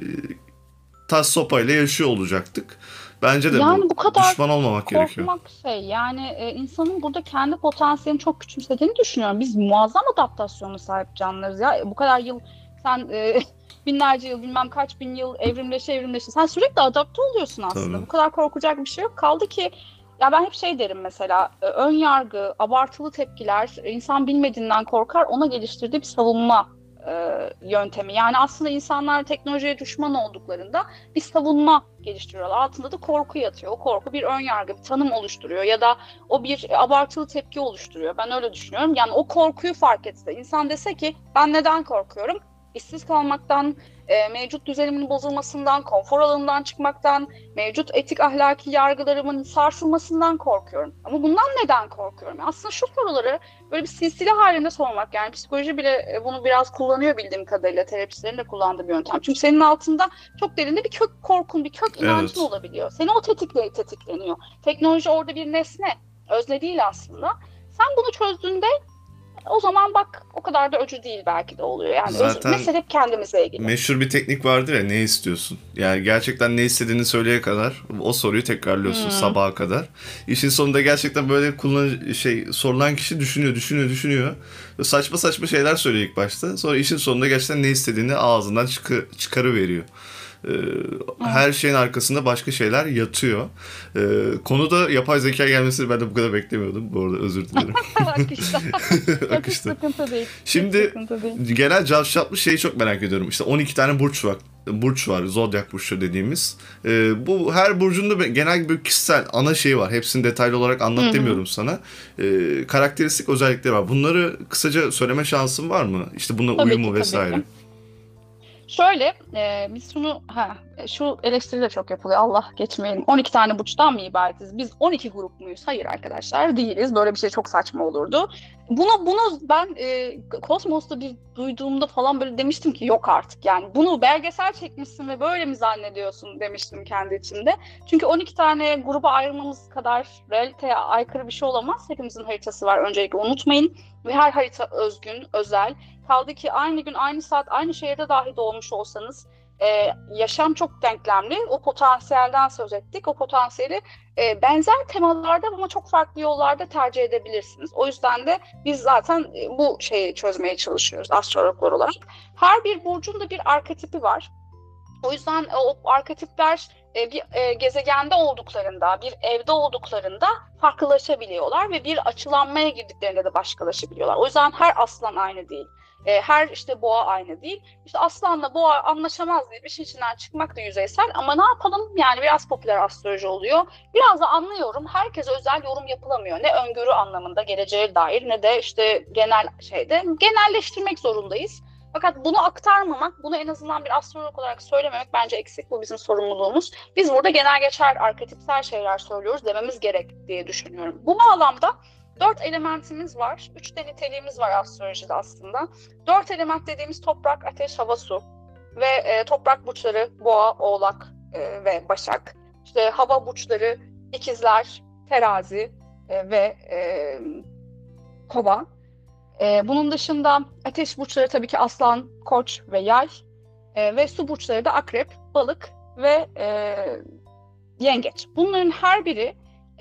tas sopayla yaşıyor olacaktık. Bence de yani bu kadar düşman olmamak gerekiyor. Yani insanın burada kendi potansiyelini çok küçümsediğini düşünüyorum. Biz muazzam adaptasyona sahip canlılarız ya. Bu kadar yıl sen binlerce yıl bilmem kaç bin yıl evrimleşe. Sen sürekli adapte oluyorsun aslında. Tabii. Bu kadar korkacak bir şey yok. Kaldı ki ya ben hep derim mesela ön yargı, abartılı tepkiler insan bilmediğinden korkar ona geliştirdiği bir savunma yöntemi. Yani aslında insanlar teknolojiye düşman olduklarında bir savunma geliştiriyorlar. Altında da korku yatıyor. O korku bir ön yargı, bir tanım oluşturuyor ya da o bir abartılı tepki oluşturuyor. Ben öyle düşünüyorum. Yani o korkuyu fark etse, insan dese ki ben neden korkuyorum? İşsiz kalmaktan, mevcut düzenimin bozulmasından, konfor alanından çıkmaktan, mevcut etik ahlaki yargılarımın sarsılmasından korkuyorum. Ama bundan neden korkuyorum? Aslında şu soruları böyle bir silsile halinde sormak, yani psikoloji bile bunu biraz kullanıyor bildiğim kadarıyla, terapistlerin de kullandığı bir yöntem. Çünkü senin altında çok derinde bir kök korkun, bir kök inancın olabiliyor. Seni o tetikleniyor. Teknoloji orada bir nesne, özne değil aslında. Sen bunu çözdüğünde o zaman bak o kadar da öcü değil belki de oluyor. Yani zaten mesele hep kendimizle ilgili. Meşhur bir teknik vardır ya, ne istiyorsun? Yani gerçekten ne istediğini söyleye kadar o soruyu tekrarlıyorsun sabaha kadar. İşin sonunda gerçekten böyle sorulan kişi düşünüyor. Saçma saçma şeyler söylüyor ilk başta. Sonra işin sonunda gerçekten ne istediğini ağzından çıkarıveriyor. Her şeyin arkasında başka şeyler yatıyor. Konuda yapay zeka gelmesini ben de bu kadar beklemiyordum. Bu arada özür dilerim. Akışta. Sıkıntı değil. Şimdi genel cafcaflı şeyi çok merak ediyorum. İşte 12 tane burç var. burç var. Zodyak burçları dediğimiz. Bu her burcunda genel bir kişisel ana şeyi var. Hepsini detaylı olarak anlat demiyorum sana. Karakteristik özellikleri var. Bunları kısaca söyleme şansın var mı? İşte bununla Tabii uyumu ki, vesaire. tabii ki. Şöyle, biz şunu, şu eleştiri de çok yapılıyor. Allah geçmeyelim. 12 tane burçtan mı ibaretiz? Biz 12 grup muyuz? Hayır arkadaşlar, değiliz. Böyle bir şey çok saçma olurdu. Bunu ben Cosmos'ta bir duyduğumda falan böyle demiştim ki yok artık. Yani bunu belgesel çekmişsin ve böyle mi zannediyorsun demiştim kendi içimde. Çünkü 12 tane gruba ayrılmamız kadar realiteye aykırı bir şey olamaz. Hepimizin haritası var. Öncelikle unutmayın. Ve her harita özgün, özel. Kaldı ki aynı gün, aynı saat, aynı şehirde dahi doğmuş olsanız yaşam çok denklemli. O potansiyelden söz ettik. O potansiyeli benzer temalarda ama çok farklı yollarda tercih edebilirsiniz. O yüzden de biz zaten bu şeyi çözmeye çalışıyoruz astrologlar olarak. Her bir burcun da bir arketipi var. O yüzden o arketipler bir gezegende olduklarında, bir evde olduklarında farklılaşabiliyorlar ve bir açılanmaya girdiklerinde de başkalaşabiliyorlar. O yüzden her aslan aynı değil. Her işte boğa aynı değil. İşte aslanla boğa anlaşamaz diye bir şey içinden çıkmak da yüzeysel ama ne yapalım yani biraz popüler astroloji oluyor. Biraz da anlıyorum. Herkese özel yorum yapılamıyor. Ne öngörü anlamında geleceğe dair ne de işte genel şeyde. Genelleştirmek zorundayız. Fakat bunu aktarmamak, bunu en azından bir astrolog olarak söylememek bence eksik. Bu bizim sorumluluğumuz. Biz burada genel geçer, arketipsel şeyler söylüyoruz dememiz gerek diye düşünüyorum. Bu bağlamda 4 elementimiz var. 3 de niteliğimiz var astrolojide aslında. 4 element dediğimiz toprak, ateş, hava, su. Ve toprak burçları boğa, oğlak ve başak. İşte hava burçları ikizler, terazi ve kova. Bunun dışında ateş burçları tabii ki aslan, koç ve yay. Ve su burçları da akrep, balık ve yengeç. Bunların her biri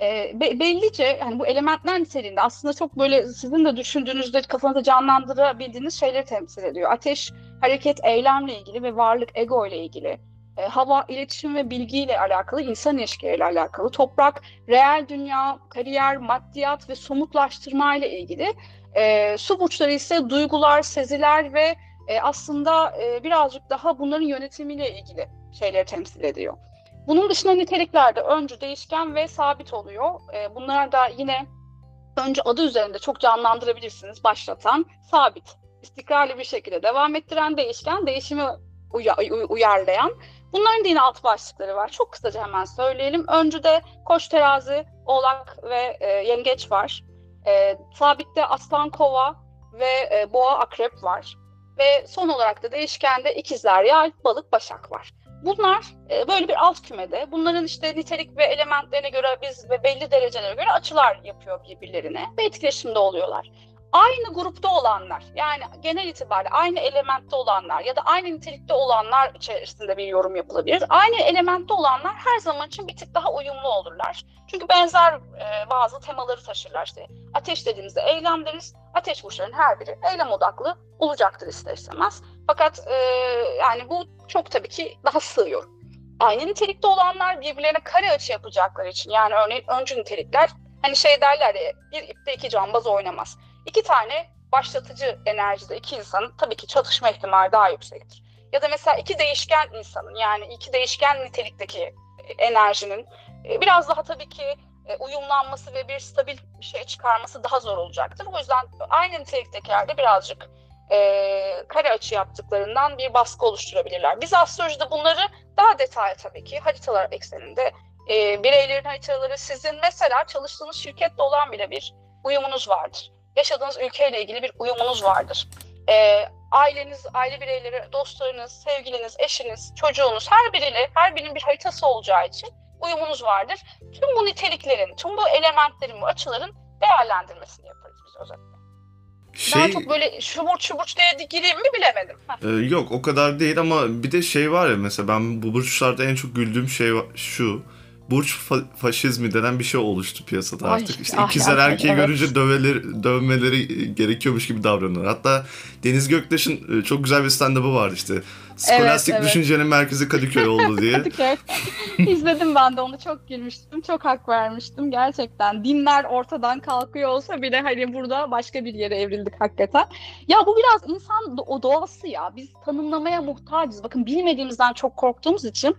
bellice yani bu elementler niteliğinde aslında çok böyle sizin de düşündüğünüzde kafanızda canlandırabildiğiniz şeyleri temsil ediyor. Ateş hareket, eylemle ilgili ve varlık, ego ile ilgili. Hava iletişim ve bilgiyle alakalı, insan ilişkileriyle alakalı. Toprak reel dünya, kariyer, maddiyat ve somutlaştırma ile ilgili. Su burçları ise duygular, seziler ve aslında birazcık daha bunların yönetimiyle ilgili şeyleri temsil ediyor. Bunun dışında niteliklerde öncü, değişken ve sabit oluyor. Bunlar da yine önce adı üzerinde çok canlandırabilirsiniz. Başlatan, sabit. İstikrarlı bir şekilde devam ettiren, değişken, değişimi uyarlayan. Bunların da yine alt başlıkları var. Çok kısaca hemen söyleyelim. Öncüde Koç, Terazi, Oğlak ve Yengeç var. Sabitte Aslan, Kova ve Boğa, Akrep var. Ve son olarak da değişkende İkizler, Yay, Balık, Başak var. Bunlar böyle bir alt kümede. Bunların işte nitelik ve elementlerine göre biz ve belli derecelere göre açılar yapıyor birbirlerine ve etkileşimde oluyorlar. Aynı grupta olanlar yani genel itibariyle aynı elementte olanlar ya da aynı nitelikte olanlar içerisinde bir yorum yapılabilir. Aynı elementte olanlar her zaman için bir tık daha uyumlu olurlar. Çünkü benzer bazı temaları taşırlar. İşte ateş dediğimizde eylem deriz. Ateş burçlarının her biri eylem odaklı olacaktır ister istemez. Fakat yani bu çok tabii ki daha sığıyor. Aynı nitelikte olanlar birbirlerine kare açı yapacakları için yani örneğin öncü nitelikler hani şey derler ya bir ipte iki cambaz oynamaz. İki tane başlatıcı enerjide iki insanın tabii ki çatışma ihtimali daha yüksektir. Ya da mesela iki değişken insanın yani iki değişken nitelikteki enerjinin biraz daha tabii ki uyumlanması ve bir stabil bir şey çıkarması daha zor olacaktır. O yüzden aynı niteliktekilerde birazcık kare açı yaptıklarından bir baskı oluşturabilirler. Biz astrolojide bunları daha detaylı tabii ki haritalar ekseninde bireylerin haritaları sizin mesela çalıştığınız şirketle olan bile bir uyumunuz vardır. Yaşadığınız ülkeyle ilgili bir uyumunuz vardır. Aileniz, aile bireyleri, dostlarınız, sevgiliniz, eşiniz, çocuğunuz her birinin bir haritası olacağı için uyumunuz vardır. Tüm bu niteliklerin, tüm bu elementlerin, bu açıların değerlendirmesini yaparız biz özellikle. Daha çok böyle şuburt diye gireyim mi bilemedim. Yok o kadar değil ama bir de şey var ya mesela ben bu burçlarda en çok güldüğüm şey şu. burç faşizmi denen bir şey oluştu piyasada Ay, artık. İşte ay, ikizler ay, erkeği evet. görünce dövmeleri gerekiyormuş gibi davranıyorlar. Hatta Deniz Göktaş'ın çok güzel bir stand-up'ı vardı işte. Evet, Skolastik evet. düşüncenin merkezi Kadıköy oldu diye. Kadıköy. İzledim ben de onu, çok gülmüştüm. Çok hak vermiştim gerçekten. Dinler ortadan kalkıyor olsa bile hani burada başka bir yere evrildik hakikaten. Ya bu biraz insan o doğası ya. Biz tanımlamaya muhtacız. Bakın bilmediğimizden çok korktuğumuz için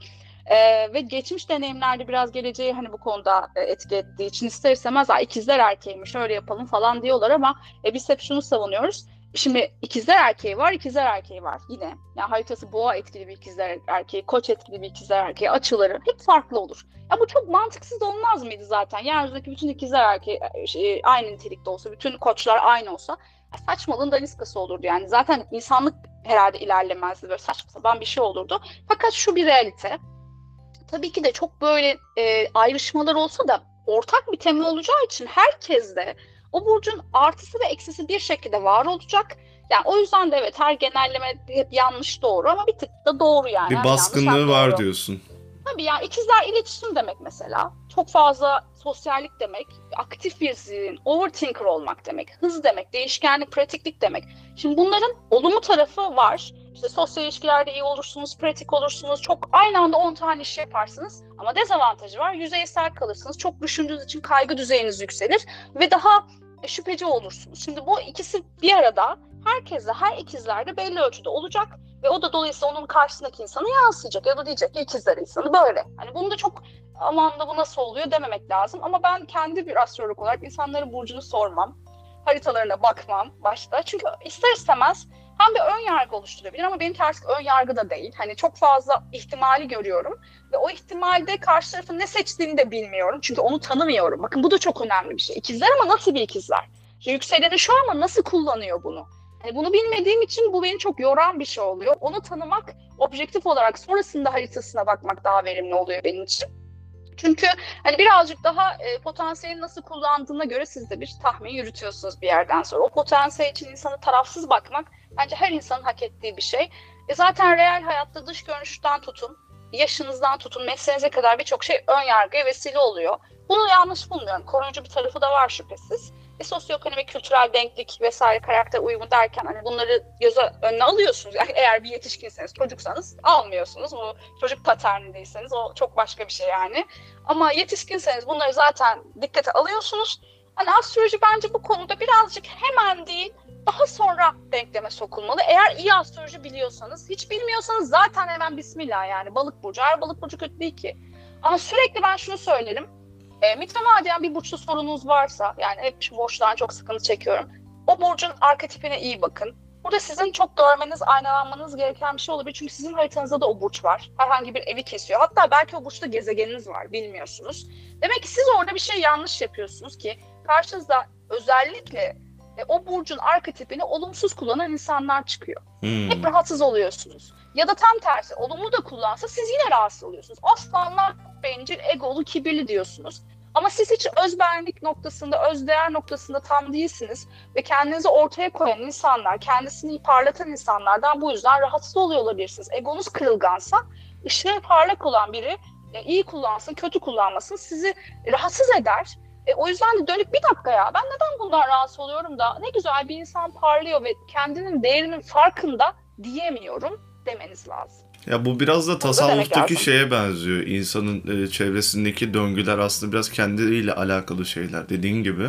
ve geçmiş deneyimlerde biraz geleceği hani bu konuda etki ettiği için ister istemez ikizler erkeğiymiş şöyle yapalım falan diyorlar ama biz hep şunu savunuyoruz. Şimdi ikizler erkeği var, ikizler erkeği var yine. Yani haritası boğa etkili bir ikizler erkeği, koç etkili bir ikizler erkeği, açıları hep farklı olur. Ya bu çok mantıksız olmaz mıydı zaten? Yeryüzündeki bütün ikizler erkeği aynı nitelikte olsa, bütün koçlar aynı olsa saçmalığın daniskası olurdu yani. Zaten insanlık herhalde ilerlemezdi, böyle saçma sapan bir şey olurdu. Fakat şu bir realite. Tabii ki de çok böyle ayrışmalar olsa da ortak bir tema olacağı için herkes de o burcun artısı ve eksisi bir şekilde var olacak. Yani o yüzden de evet, her genelleme hep yanlış doğru ama bir tık da doğru yani. Bir Hem yanlış hem baskınlığı var doğru. diyorsun. Tabii yani ikizler iletişim demek mesela. Çok fazla sosyallik demek, aktif bir zihin, overthinker olmak demek, hız demek, değişkenlik, pratiklik demek. Şimdi bunların olumlu tarafı var. İşte sosyal ilişkilerde iyi olursunuz, pratik olursunuz, çok aynı anda 10 tane iş yaparsınız. Ama dezavantajı var, yüzeysel kalırsınız, çok düşündüğünüz için kaygı düzeyiniz yükselir ve daha şüpheci olursunuz. Şimdi bu ikisi bir arada herkeste, her ikizlerde belli ölçüde olacak. Ve o da dolayısıyla onun karşısındaki insanı yansıyacak ya da diyecek ki ikizler insanı böyle. Hani bunu da çok aman da bu nasıl oluyor dememek lazım. Ama ben kendi bir astrolog olarak insanların burcunu sormam. Haritalarına bakmam başta. Çünkü ister istemez hem bir ön yargı oluşturabilir ama benim artık ön yargı da değil. Hani çok fazla ihtimali görüyorum. Ve o ihtimalde karşı tarafın ne seçtiğini de bilmiyorum. Çünkü onu tanımıyorum. Bakın bu da çok önemli bir şey. İkizler ama nasıl bir ikizler? İşte yükseleni şu ama nasıl kullanıyor bunu? Yani bunu bilmediğim için bu beni çok yoran bir şey oluyor. Onu tanımak, objektif olarak sonrasında haritasına bakmak daha verimli oluyor benim için. Çünkü hani birazcık daha potansiyeli nasıl kullandığına göre siz de bir tahmin yürütüyorsunuz bir yerden sonra. O potansiyel için insana tarafsız bakmak bence her insanın hak ettiği bir şey. Zaten real hayatta dış görünüşten tutun, yaşınızdan tutun, mesleğinize kadar birçok şey ön yargıya vesile oluyor. Bunu yanlış bulmuyorum. Koruyucu bir tarafı da var şüphesiz. Sosyoekonomik, kültürel denklik vesaire, karakter uyumu derken hani bunları göze önüne alıyorsunuz. Yani eğer bir yetişkinseniz, çocuksanız almıyorsunuz. Bu çocuk paternliyseniz o çok başka bir şey yani. Ama yetişkinseniz bunları zaten dikkate alıyorsunuz. Hani astroloji bence bu konuda birazcık hemen değil, daha sonra denkleme sokulmalı. Eğer iyi astroloji biliyorsanız, hiç bilmiyorsanız zaten hemen bismillah yani. Balık burcu, her balık burcu kötü değil ki. Ama sürekli ben şunu söylerim. Mütemadiyen bir burçlu sorununuz varsa, yani hep şu borçtan çok sıkıntı çekiyorum. O burcun arketipine iyi bakın. Burada sizin çok görmeniz, aynalanmanız gereken bir şey olabilir. Çünkü sizin haritanızda da o burç var. Herhangi bir evi kesiyor. Hatta belki o burçta gezegeniniz var, bilmiyorsunuz. Demek ki siz orada bir şey yanlış yapıyorsunuz ki karşınızda özellikle o burcun arketipini olumsuz kullanan insanlar çıkıyor. Hep rahatsız oluyorsunuz. Ya da tam tersi, olumlu da kullansa siz yine rahatsız oluyorsunuz. Aslanlar bencil, egolu, kibirli diyorsunuz. Ama siz hiç özbenlik noktasında, özdeğer noktasında tam değilsiniz. Ve kendinizi ortaya koyan insanlar, kendisini parlatan insanlardan bu yüzden rahatsız oluyor olabilirsiniz. Egonuz kırılgansa, ışığı parlak olan biri iyi kullansın, kötü kullanmasın sizi rahatsız eder. O yüzden de dönüp bir dakika ya, ben neden bundan rahatsız oluyorum da ne güzel bir insan parlıyor ve kendinin değerinin farkında diyemiyorum demeniz lazım. Ya bu biraz da Onu da demek tasavvuftaki lazım. şeye benziyor. İnsanın çevresindeki döngüler aslında biraz kendiyle alakalı şeyler. Dediğin gibi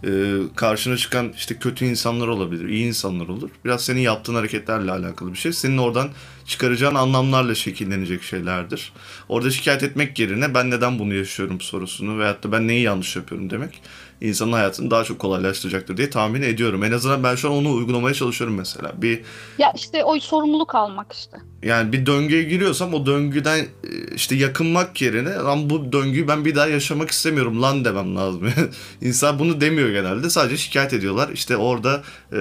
karşına çıkan işte kötü insanlar olabilir, iyi insanlar olur. Biraz senin yaptığın hareketlerle alakalı bir şey. Senin oradan çıkaracağın anlamlarla şekillenecek şeylerdir. Orada şikayet etmek yerine ben neden bunu yaşıyorum sorusunu veyahut da ben neyi yanlış yapıyorum demek insanın hayatını daha çok kolaylaştıracaktır diye tahmin ediyorum. En azından ben şu an onu uygulamaya çalışıyorum mesela. Ya işte o sorumluluk almak işte. Yani bir döngüye giriyorsam o döngüden işte yakınmak yerine lan bu döngüyü ben bir daha yaşamak istemiyorum lan demem lazım. İnsan bunu demiyor genelde. Sadece şikayet ediyorlar. İşte orada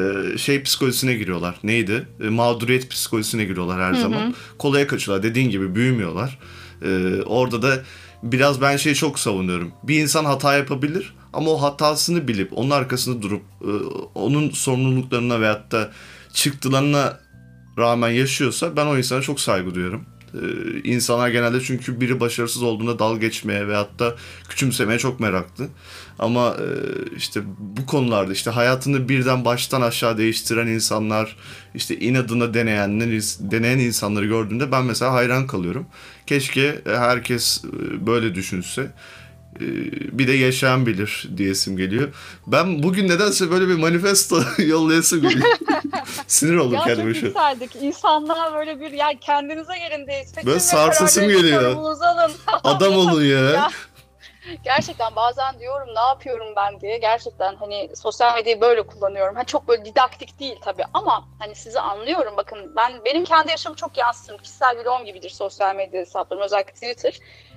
şey psikolojisine giriyorlar. Neydi? Mağduriyet psikolojisine giriyorlar her zaman. Kolaya kaçıyorlar. Dediğin gibi büyümüyorlar. Orada da biraz ben şeyi çok savunuyorum. Bir insan hata yapabilir ama o hatasını bilip onun arkasında durup onun sorumluluklarına veyahut da çıktılarına rağmen yaşıyorsa ben o insana çok saygı duyuyorum. İnsanlar genelde çünkü biri başarısız olduğunda dalga geçmeye veyahut da küçümsemeye çok meraklı. Ama işte bu konularda işte hayatını birden baştan aşağı değiştiren insanlar, işte inadına deneyen insanları gördüğümde ben mesela hayran kalıyorum. Keşke herkes böyle düşünse. Bir de yaşayan bilir diyesim geliyor. Ben bugün nedense böyle bir manifesto yollayasım geliyor. Sinir oldum Ya kendime çok şu. yükseldik. İnsanlar böyle bir ya kendinize gelin diye seçim Böyle ve sarsasım kararlarınızı geliyor. sorumluluğunuza alın. Adam olun ya. Ya gerçekten bazen diyorum ne yapıyorum ben diye. Gerçekten hani sosyal medyayı böyle kullanıyorum. Ha, çok böyle didaktik değil tabii ama hani sizi anlıyorum. Bakın benim kendi yaşamı çok yansıtırım. Kişisel vlogum gibidir sosyal medya hesaplarım, özellikle Twitter.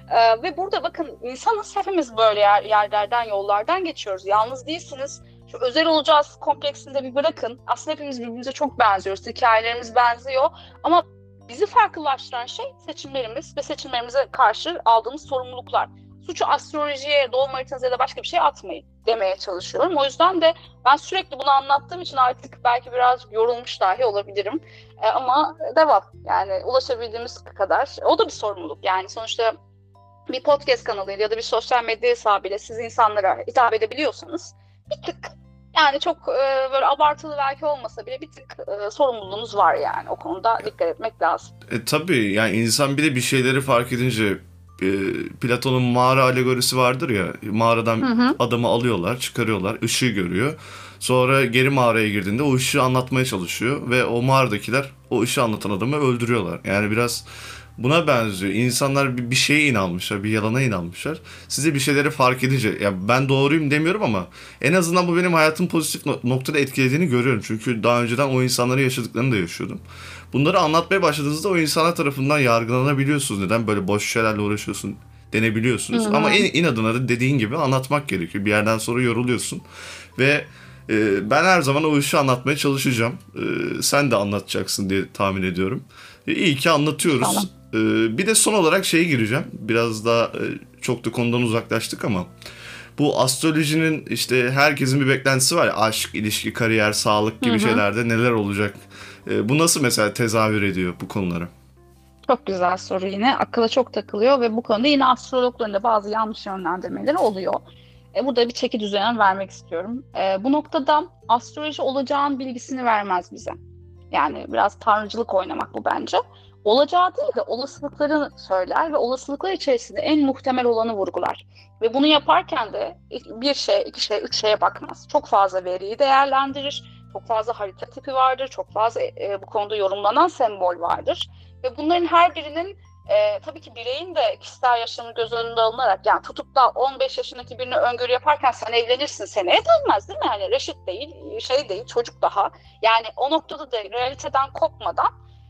Ve burada bakın insanız, hepimiz böyle yerlerden, yollardan geçiyoruz. Yalnız değilsiniz. Şu özel olacağız kompleksinde bir bırakın. Aslında hepimiz birbirimize çok benziyoruz. Hikayelerimiz benziyor. Ama bizi farklılaştıran şey seçimlerimiz ve seçimlerimize karşı aldığımız sorumluluklar. Suçu astrolojiye, doğum haritanıza ya da başka bir şey atmayın demeye çalışıyorum. O yüzden de ben sürekli bunu anlattığım için artık belki biraz yorulmuş dahi olabilirim. Ama devam. Yani ulaşabildiğimiz kadar. O da bir sorumluluk. Yani sonuçta bir podcast kanalıyla ya da bir sosyal medya hesabıyla siz insanlara hitap edebiliyorsanız bir tık, yani çok böyle abartılı belki olmasa bile bir tık sorumluluğunuz var yani. O konuda dikkat etmek lazım. Tabii yani insan bir de bir şeyleri fark edince Platon'un mağara alegorisi vardır ya, mağaradan Hı hı. adamı alıyorlar, çıkarıyorlar, ışığı görüyor. Sonra geri mağaraya girdiğinde o ışığı anlatmaya çalışıyor ve o mağaradakiler o ışığı anlatan adamı öldürüyorlar. Yani biraz buna benziyor. İnsanlar bir şeye inanmışlar, bir yalana inanmışlar. Size bir şeyleri fark edince, ya ben doğruyum demiyorum ama en azından bu benim hayatım pozitif noktada etkilediğini görüyorum. Çünkü daha önceden o insanların yaşadıklarını da yaşıyordum. Bunları anlatmaya başladığınızda o insanlar tarafından yargılanabiliyorsunuz. Neden böyle boş şeylerle uğraşıyorsun Hı denebiliyorsunuz. Ama hı. inadına da dediğin gibi anlatmak gerekiyor. Bir yerden sonra yoruluyorsun. Ve ben her zaman o işi anlatmaya çalışacağım. Sen de anlatacaksın diye tahmin ediyorum. İyi ki İnşallah. anlatıyoruz. Bir de son olarak şeye gireceğim. Biraz daha çok da konudan uzaklaştık ama bu astrolojinin işte herkesin bir beklentisi var ya, aşk, ilişki, kariyer, sağlık Hı gibi hı. şeylerde neler olacak? Bu nasıl mesela tezahür ediyor bu konulara? Çok güzel soru yine. Akılla çok takılıyor ve bu konuda yine astrologların da bazı yanlış yönlendirmeleri oluyor. Burada bir çeki düzen vermek istiyorum. Bu noktada astroloji olacağın bilgisini vermez bize. Yani biraz tanrıcılık oynamak bu bence. Olacağı değil de olasılıklarını söyler ve olasılıklar içerisinde en muhtemel olanı vurgular. Ve bunu yaparken de bir şey, iki şey, üç şeye bakmaz. Çok fazla veriyi değerlendirir. Çok fazla harita tipi vardır. Çok fazla bu konuda yorumlanan sembol vardır. Ve bunların her birinin tabii ki bireyin de kişisel yaşamı göz önünde alınarak, yani tutup da 15 yaşındaki birine öngörü yaparken sen evlenirsin seneye denmez değil mi? Yani reşit değil, şey değil, çocuk daha. Yani o noktada da realiteden kopmadan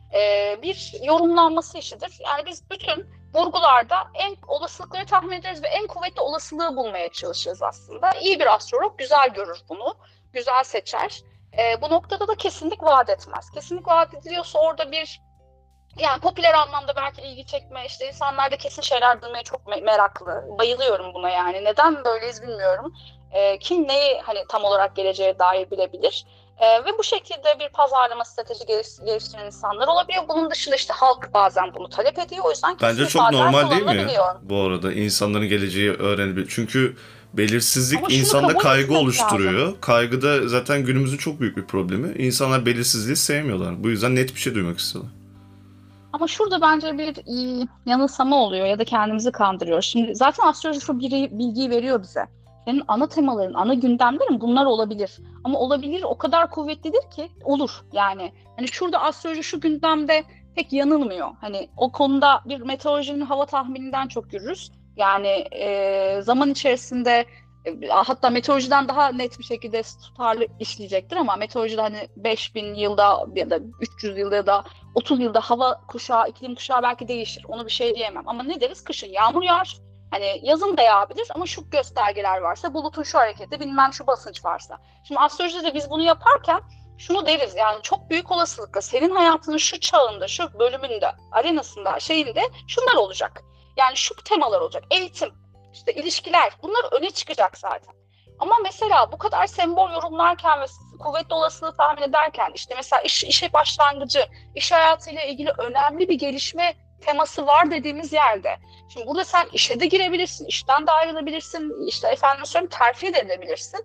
bir yorumlanması işidir. Yani biz bütün vurgularda en olasılıkları tahmin ederiz ve en kuvvetli olasılığı bulmaya çalışırız aslında. İyi bir astrolog güzel görür bunu, güzel seçer. Bu noktada da kesinlik vaat etmez. Kesinlik vaat ediliyorsa orada bir, yani popüler anlamda belki ilgi çekme, işte insanlar da kesin şeyler duymaya çok meraklı. Bayılıyorum buna yani. Neden böyleyiz bilmiyorum. Kim neyi hani tam olarak geleceğe dair bilebilir. Ve bu şekilde bir pazarlama strateji geliştiren insanlar olabiliyor. Bunun dışında işte halk bazen bunu talep ediyor. O yüzden Bence kesin çok vaatler normal değil mi kullanılabiliyor. bu arada insanların geleceği öğrenebilir. Çünkü Ama belirsizlik şunu insanda kabul kaygı etmek lazım. oluşturuyor. Kaygı da zaten günümüzün çok büyük bir problemi. İnsanlar belirsizliği sevmiyorlar. Bu yüzden net bir şey duymak istiyorlar. Ama şurada bence bir yanılsama oluyor ya da kendimizi kandırıyor. Şimdi zaten astroloji şu bilgiyi veriyor bize. Senin ana temaların, ana gündemlerin bunlar olabilir. Ama olabilir o kadar kuvvetlidir ki olur yani. Hani şurada astroloji şu gündemde pek yanılmıyor. Hani o konuda bir meteorolojinin hava tahmininden çok yürürüz. Yani zaman içerisinde hatta meteorolojiden daha net bir şekilde tutarlı işleyecektir ama meteorolojide hani 5000 yılda ya da 300 yılda ya da 30 yılda hava kuşağı, iklim kuşağı belki değişir. Onu bir şey diyemem. Ama ne deriz? Kışın yağmur yağar. Hani yazın da yağabilir ama şu göstergeler varsa, bulutun şu hareketi, bilmem şu basınç varsa. Şimdi astrolojide biz bunu yaparken şunu deriz, yani çok büyük olasılıkla senin hayatının şu çağında, şu bölümünde, arenasında, şeyinde şunlar olacak. Yani şu temalar olacak. Eğitim, işte ilişkiler, bunlar öne çıkacak zaten. Ama mesela bu kadar sembol yorumlarken ve kuvvetli olasılığı tahmin ederken, işte mesela işe başlangıcı, iş hayatıyla ilgili önemli bir gelişme teması var dediğimiz yerde. Şimdi burada sen işe de girebilirsin, işten de ayrılabilirsin, işte efendim söyleyeyim terfi de edebilirsin.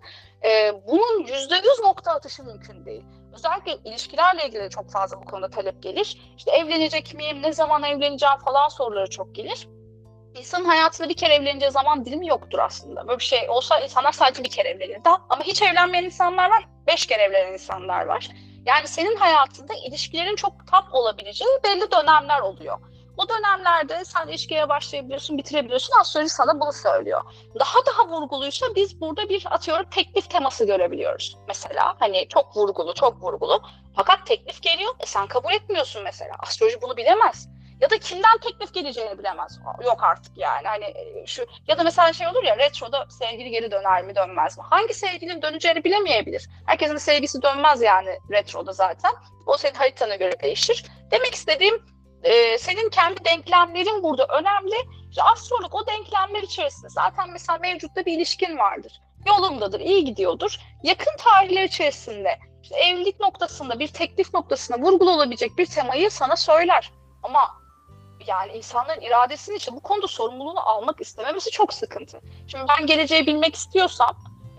Bunun %100 nokta atışı mümkün değil. Özellikle ilişkilerle ilgili çok fazla bu konuda talep gelir. İşte evlenecek miyim, ne zaman evleneceğim falan soruları çok gelir. İnsanın hayatında bir kere evleneceği zaman dilimi yoktur aslında. Böyle bir şey olsa insanlar sadece bir kere evlenirdi. Ama hiç evlenmeyen insanlar var, 5 kere evlenen insanlar var. Yani senin hayatında ilişkilerin çok tap olabileceği belli dönemler oluyor. O dönemlerde sen ilişkiye başlayabiliyorsun, bitirebiliyorsun. Astroloji sana bunu söylüyor. Daha vurguluysa biz burada bir atıyorum teklif teması görebiliyoruz. Mesela hani çok vurgulu, çok vurgulu. Fakat teklif geliyor, sen kabul etmiyorsun mesela. Astroloji bunu bilemez. Ya da kimden teklif geleceğini bilemez. Yok artık yani. Hani şu ya da mesela şey olur ya, retroda sevgili geri döner mi dönmez mi? Hangi sevgilinin döneceğini bilemeyebilir. Herkesin de sevgisi dönmez yani retroda zaten. O senin haritana göre değişir. Demek istediğim senin kendi denklemlerin burada önemli. İşte astrolog o denklemler içerisinde zaten mesela mevcutta bir ilişkin vardır. Yolundadır, iyi gidiyordur. Yakın tarihler içerisinde işte evlilik noktasında, bir teklif noktasında vurgulu olabilecek bir temayı sana söyler. Ama yani insanların iradesinin için bu konuda sorumluluğunu almak istememesi çok sıkıntı. Şimdi ben geleceği bilmek istiyorsam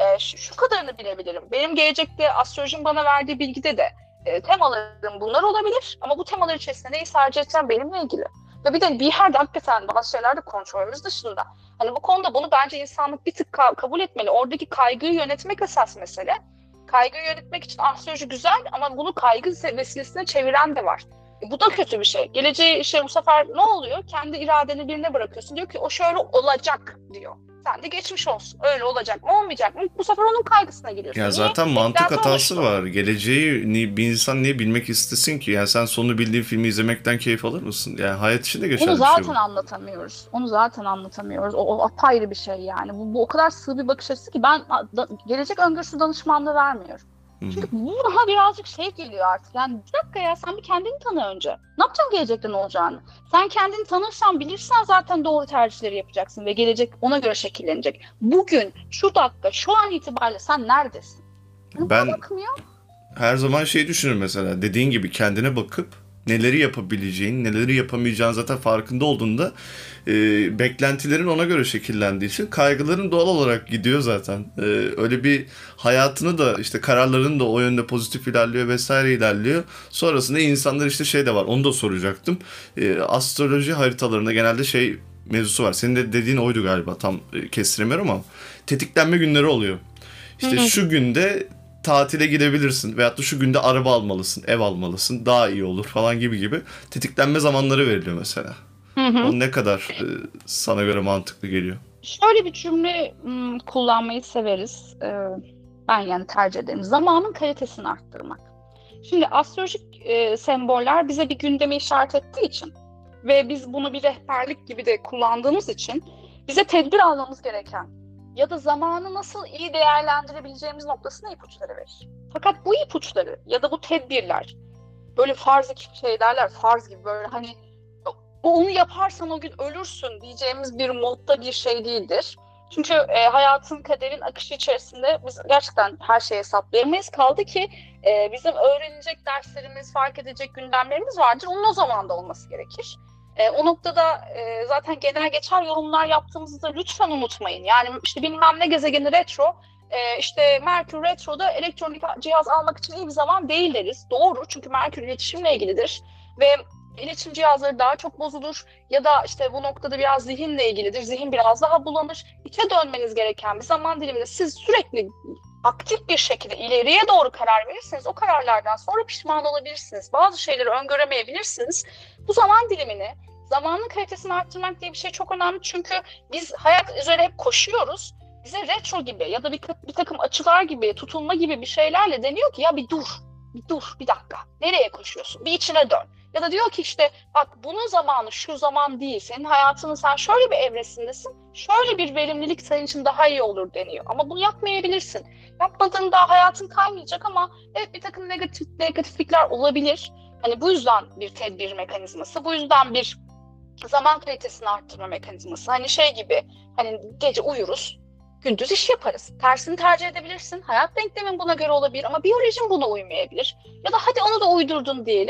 şu kadarını bilebilirim. Benim gelecekte astrolojinin bana verdiği bilgide de temalarım bunlar olabilir. Ama bu temalar içerisinde neyi tercih edeceğim benimle ilgili. Ve bir de bir yerde hakikaten bazı şeyler de kontrolümüz dışında. Hani bu konuda bunu bence insanlık bir tık kabul etmeli. Oradaki kaygıyı yönetmek esas mesele. Kaygıyı yönetmek için astroloji güzel ama bunu kaygı vesilesine çeviren de var. Bu da kötü bir şey. Geleceği işte bu sefer ne oluyor? Kendi iradeni birine bırakıyorsun. Diyor ki o şöyle olacak diyor. Sen de geçmiş olsun. Öyle olacak mı olmayacak mı? Bu sefer onun kaygısına giriyorsun. Ya Niye? zaten mantık Beklenti hatası oluştu. var. Geleceği bir insan niye bilmek istesin ki? Yani sen sonunu bildiğin filmi izlemekten keyif alır mısın? Yani hayat içinde geçerli Onu bir şey zaten bu. anlatamıyoruz. Onu zaten anlatamıyoruz. O apayrı bir şey yani. Bu o kadar sığ bir bakış açısı ki ben gelecek öngörüsü danışmanlığı vermiyorum. Hı hı. Çünkü bu daha birazcık şey geliyor artık. Yani bir dakika ya, sen bir kendini tanı önce. Ne yapacaksın gelecekte ne olacağını? Sen kendini tanırsan, bilirsen zaten doğru tercihleri yapacaksın ve gelecek ona göre şekillenecek. Bugün, şu dakika, şu an itibariyle sen neredesin? Yani buna Ben bakmıyor. her zaman şey düşünürüm mesela. Dediğin gibi kendine bakıp neleri yapabileceğin, neleri yapamayacağın zaten farkında olduğunda beklentilerin ona göre şekillendiği için kaygıların doğal olarak gidiyor zaten. Öyle bir hayatını da işte kararların da o yönde pozitif ilerliyor vesaire ilerliyor. Sonrasında insanlar işte şey de var, onu da soracaktım. Astroloji haritalarında genelde şey mevzusu var. Senin de dediğin oydu galiba, tam kestiremiyorum ama tetiklenme günleri oluyor. Hı İşte hı. şu günde tatile gidebilirsin veyahut da şu günde araba almalısın, ev almalısın, daha iyi olur falan gibi tetiklenme zamanları veriliyor mesela. Hı hı. O ne kadar sana göre mantıklı geliyor? Şöyle bir cümle kullanmayı severiz. Ben yani tercih ederim. Zamanın kalitesini arttırmak. Şimdi astrolojik semboller bize bir gündemi işaret ettiği için ve biz bunu bir rehberlik gibi de kullandığımız için bize tedbir almamız gereken ya da zamanı nasıl iyi değerlendirebileceğimiz noktasına ipuçları verir. Fakat bu ipuçları ya da bu tedbirler böyle farz şey derler, farz gibi böyle hani onu yaparsan o gün ölürsün diyeceğimiz bir modda bir şey değildir. Çünkü hayatın, kaderin akışı içerisinde biz gerçekten her şeyi hesaplayamayız. Kaldı ki bizim öğrenecek derslerimiz, fark edecek gündemlerimiz vardır. Onun o zaman da olması gerekir. O noktada zaten genel geçer yorumlar yaptığımızda lütfen unutmayın. Yani işte bilmem ne gezegeni retro, işte Merkür retroda elektronik cihaz almak için iyi bir zaman değil deriz. Doğru, çünkü Merkür iletişimle ilgilidir ve iletişim cihazları daha çok bozulur ya da işte bu noktada biraz zihinle ilgilidir. Zihin biraz daha bulanır. İçe dönmeniz gereken bir zaman diliminde siz sürekli aktif bir şekilde ileriye doğru karar verirseniz o kararlardan sonra pişman olabilirsiniz. Bazı şeyleri öngöremeyebilirsiniz. Bu zaman dilimini, zamanın kalitesini arttırmak diye bir şey çok önemli. Çünkü biz hayat üzerine hep koşuyoruz. Bize retro gibi ya da bir takım açılar gibi, tutulma gibi bir şeylerle deniyor ki ya bir dur, bir dakika. Nereye koşuyorsun? Bir içine dön. Ya da diyor ki işte bak bunun zamanı şu zaman değil. Senin hayatının sen şöyle bir evresindesin. Şöyle bir verimlilik senin için daha iyi olur deniyor. Ama bunu yapmayabilirsin. Yapmadığında hayatın kaymayacak ama evet bir takım negatiflikler olabilir. Hani bu yüzden bir tedbir mekanizması, bu yüzden bir zaman kalitesini arttırma mekanizması. Hani şey gibi, hani gece uyuruz, gündüz iş yaparız. Tersini tercih edebilirsin. Hayat denklemin buna göre olabilir ama biyolojin buna uymayabilir. Ya da hadi onu da uydurdun diyelim.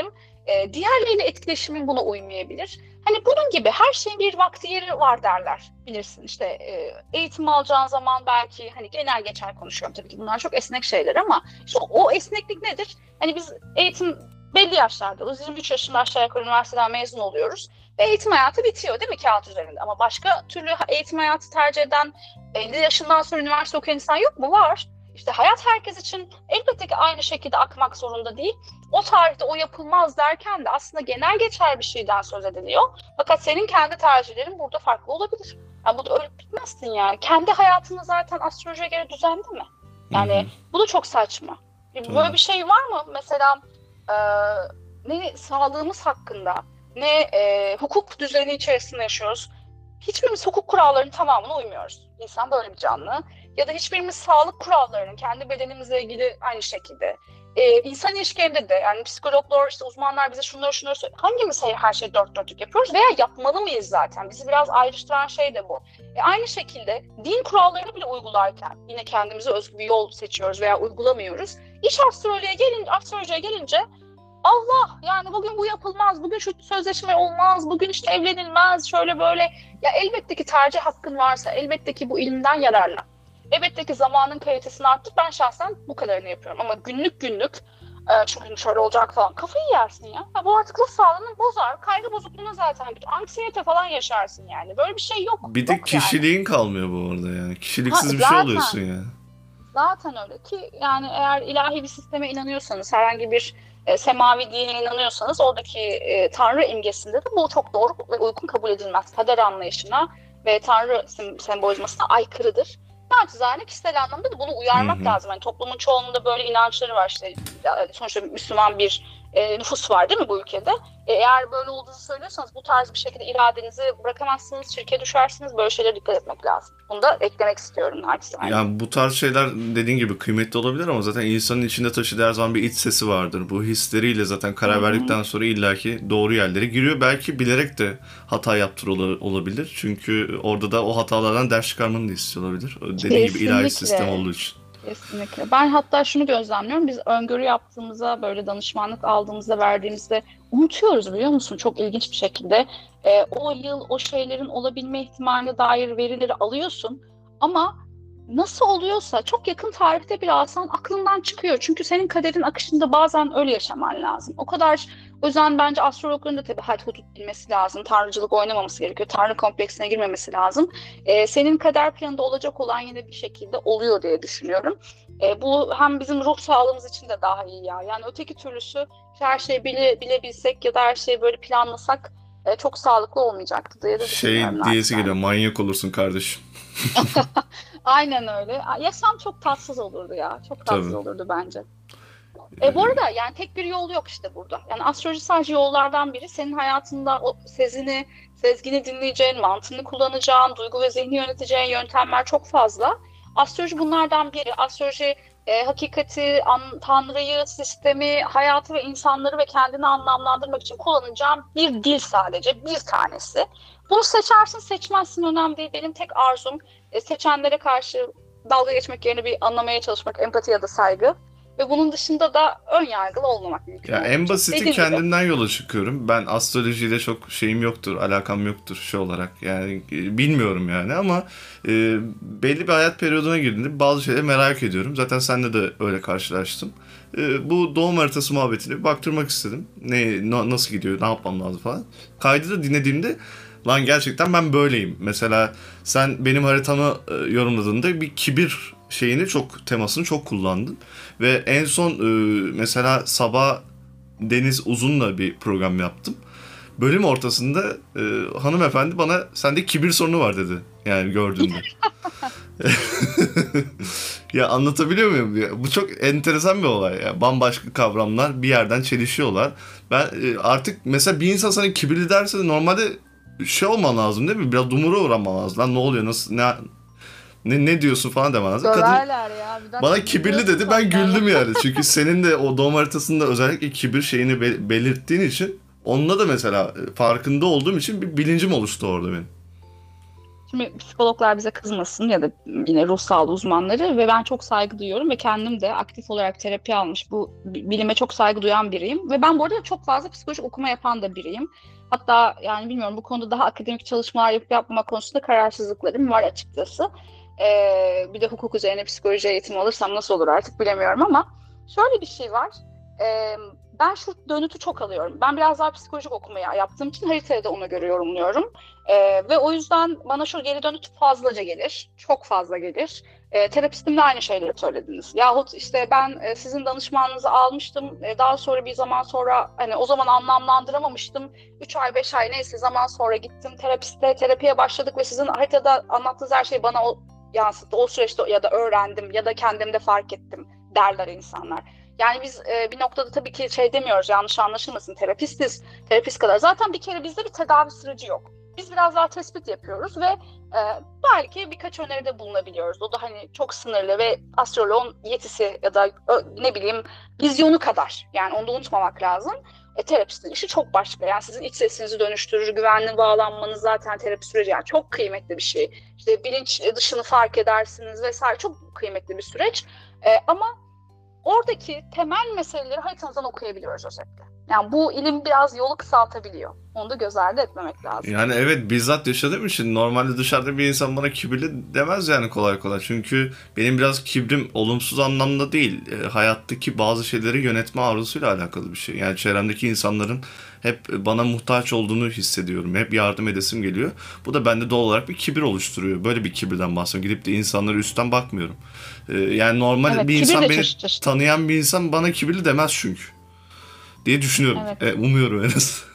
Diğerleriyle etkileşimin buna uymayabilir. Hani bunun gibi her şeyin bir vakti yeri var derler. Bilirsin işte eğitim alacağın zaman belki hani genel geçer konuşuyorum tabii ki bunlar çok esnek şeyler ama işte o esneklik nedir? Hani biz eğitim belli yaşlarda, 23 yaşında aşağı yukarı üniversiteden mezun oluyoruz ve eğitim hayatı bitiyor değil mi kağıt üzerinde? Ama başka türlü eğitim hayatı tercih eden 50 yaşından sonra üniversite okuyan insan yok mu? Var. İşte hayat herkes için elbette ki aynı şekilde akmak zorunda değil. O tarihte o yapılmaz derken de aslında genel geçer bir şeyden söz ediliyor. Fakat senin kendi tercihlerin burada farklı olabilir. Yani bu da ölüp bitmezsin yani. Kendi hayatını zaten astrolojiye göre düzenleme. Yani bu da çok saçma. Böyle bir şey var mı? Mesela ne sağlığımız hakkında ne hukuk düzeni içerisinde yaşıyoruz. Hiçbirimiz hukuk kurallarının tamamına uymuyoruz. İnsan böyle bir canlı. Ya da hiçbirimiz sağlık kurallarının kendi bedenimizle ilgili aynı şekilde. İnsan ilişkilerinde de yani psikologlar, işte uzmanlar bize şunları söylüyor. Hangimiz her şeyi dört dörtlük yapıyoruz veya yapmalı mıyız zaten? Bizi biraz ayrıştıran şey de bu. Aynı şekilde din kurallarını bile uygularken yine kendimize özgü bir yol seçiyoruz veya uygulamıyoruz. İş astrolojiye gelince Allah yani bugün bu yapılmaz, bugün şu sözleşme olmaz, bugün işte evlenilmez, şöyle böyle. Ya elbette ki tercih hakkın varsa, elbette ki bu ilimden yararlan. Elbette ki zamanın kalitesini arttır. Ben şahsen bu kadarını yapıyorum. Ama günlük çünkü şöyle olacak falan. Kafayı yersin ya. Bu artık ruh sağlığını bozar. Kaygı bozukluğuna zaten anksiyete falan yaşarsın yani. Böyle bir şey yok. Bir de kişiliğin yani kalmıyor bu arada yani. Kişiliksiz bir zaten, şey oluyorsun yani. Zaten öyle ki yani eğer ilahi bir sisteme inanıyorsanız, herhangi bir semavi dine inanıyorsanız oradaki Tanrı imgesinde de bu çok doğru ve uygun kabul edilmez. Kader anlayışına ve Tanrı sembolizmasına aykırıdır. Naçizane kişisel anlamda da bunu uyarmak lazım. Yani toplumun çoğunluğunda böyle inançları var işte. Sonuçta Müslüman bir nüfus var değil mi bu ülkede? Eğer böyle olduğunu söylüyorsanız bu tarz bir şekilde iradenizi bırakamazsınız, şirke düşersiniz. Böyle şeylere dikkat etmek lazım. Bunu da eklemek istiyorum naçizane. Yani bu tarz şeyler dediğin gibi kıymetli olabilir ama zaten insanın içinde taşıdığı her zaman bir iç sesi vardır. Bu hisleriyle zaten karar verdikten sonra illaki doğru yerlere giriyor. Belki bilerek de hata olabilir. Çünkü orada da o hatalardan ders çıkarmanı da istiyor olabilir. Dediğin gibi ilahi sistem olduğu için. Kesinlikle. Ben hatta şunu gözlemliyorum. Biz öngörü yaptığımızda, böyle danışmanlık aldığımızda, verdiğimizde unutuyoruz biliyor musun? Çok ilginç bir şekilde. O yıl o şeylerin olabilme ihtimaline dair verileri alıyorsun. Ama nasıl oluyorsa çok yakın tarihte bile alsan aklından çıkıyor. Çünkü senin kaderin akışında bazen öyle yaşaman lazım. O yüzden bence astrologların da tabii had hudut bilmesi lazım. Tanrıcılık oynamaması gerekiyor. Tanrı kompleksine girmemesi lazım. Senin kader planında olacak olan yine bir şekilde oluyor diye düşünüyorum. Bu hem bizim ruh sağlığımız için de daha iyi ya. Yani öteki türlüsü her şeyi bilebilsek ya da her şeyi böyle planlasak çok sağlıklı olmayacaktı diye de düşünüyorum. Diyesi geliyor, manyak olursun kardeşim. Aynen öyle. Yaşam çok tatsız olurdu ya. Çok tatsız olurdu bence. Bu arada yani tek bir yol yok işte burada. Yani astroloji sadece yollardan biri. Senin hayatında o sezgini dinleyeceğin, mantığını kullanacağın, duygu ve zihni yöneteceğin yöntemler çok fazla. Astroloji bunlardan biri. Astroloji hakikati, Tanrı'yı, sistemi, hayatı ve insanları ve kendini anlamlandırmak için kullanacağım bir dil sadece. Bir tanesi. Bunu seçersin, seçmezsin önemli değil. Benim tek arzum seçenlere karşı dalga geçmek yerine bir anlamaya çalışmak, empati ya da saygı. Ve bunun dışında da ön yargılı olmamak mümkün. Ya en basiti kendimden yola çıkıyorum. Ben astrolojiyle çok şeyim yoktur, alakam yoktur şey olarak. Yani bilmiyorum yani ama belli bir hayat periyoduna girdiğinde bazı şeyleri merak ediyorum. Zaten seninle de öyle karşılaştım. Bu doğum haritası muhabbetini bir baktırmak istedim. Nasıl gidiyor, ne yapmam lazım falan. Kaydı da dinlediğimde lan gerçekten ben böyleyim. Mesela sen benim haritamı yorumladığında bir kibir temasını çok kullandın. Ve en son mesela sabah Deniz Uzun'la bir program yaptım. Bölüm ortasında hanımefendi bana sende kibir sorunu var dedi. Yani gördüğünde. Ya anlatabiliyor muyum? Ya, bu çok enteresan bir olay. Ya. Bambaşka kavramlar bir yerden çelişiyorlar. Ben artık mesela bir insan sana kibirli derse normalde şey olman lazım değil mi? Biraz dumura uğraman lazım. Lan ne oluyor? Nasıl ne diyorsun falan demen lazım. Kadın ya, bana kibirli dedi, ben güldüm yani. Çünkü senin de o doğum haritasında özellikle kibir şeyini belirttiğin için onunla da mesela farkında olduğum için bir bilincim oluştu orada benim. Şimdi psikologlar bize kızmasın ya da yine ruh sağlığı uzmanları ve ben çok saygı duyuyorum ve kendim de aktif olarak terapi almış bu bilime çok saygı duyan biriyim ve ben bu arada çok fazla psikolojik okuma yapan da biriyim. Hatta yani bilmiyorum bu konuda daha akademik çalışmalar yapıp yapmama konusunda kararsızlıklarım var açıkçası. Bir de hukuk üzerine psikoloji eğitimi alırsam nasıl olur artık bilemiyorum ama şöyle bir şey var. Ee, Ben şu dönütü çok alıyorum. Ben biraz daha psikolojik okumayı yaptığım için haritayı da ona göre yorumluyorum. Ve o yüzden bana şu geri dönüt fazlaca gelir. Çok fazla gelir. Terapistimle aynı şeyleri söylediniz. Yahut işte ben sizin danışmanınızı almıştım. Daha sonra bir zaman sonra hani o zaman anlamlandıramamıştım. 3 ay 5 ay neyse zaman sonra gittim terapiye başladık ve sizin haritada anlattığınız her şey bana yansıttı. O süreçte ya da öğrendim ya da kendimde fark ettim derler insanlar. Yani biz bir noktada tabii ki şey demiyoruz, yanlış anlaşılmasın, terapistiz, terapist kadar. Zaten bir kere bizde bir tedavi süreci yok. Biz biraz daha tespit yapıyoruz ve belki birkaç öneride bulunabiliyoruz. O da hani çok sınırlı ve astroloğun yetisi ya da ne bileyim vizyonu kadar. Yani onu da unutmamak lazım. Terapistin işi çok başka. Yani sizin iç sesinizi dönüştürür, güvenli bağlanmanız zaten terapi süreci. Yani çok kıymetli bir şey. İşte bilinç dışını fark edersiniz vesaire. Çok kıymetli bir süreç. Ama oradaki temel meseleleri haritanızdan okuyabiliyoruz özetle. Yani bu ilim biraz yolu kısaltabiliyor. Onu da göz ardı etmemek lazım. Yani evet, bizzat yaşadığım için normalde dışarıda bir insan bana kibirli demez yani kolay kolay. Çünkü benim biraz kibrim olumsuz anlamda değil. Hayattaki bazı şeyleri yönetme arzusuyla alakalı bir şey. Yani çevremdeki insanların hep bana muhtaç olduğunu hissediyorum. Hep yardım edesim geliyor. Bu da bende doğal olarak bir kibir oluşturuyor. Böyle bir kibirden bahsediyorum. Gidip de insanları üstten bakmıyorum. Yani normal Evet, bir kibir insan, de beni çeşit çeşit. tanıyan bir insan bana kibirli demez çünkü. Diye düşünüyorum. Evet. Umuyorum en azından.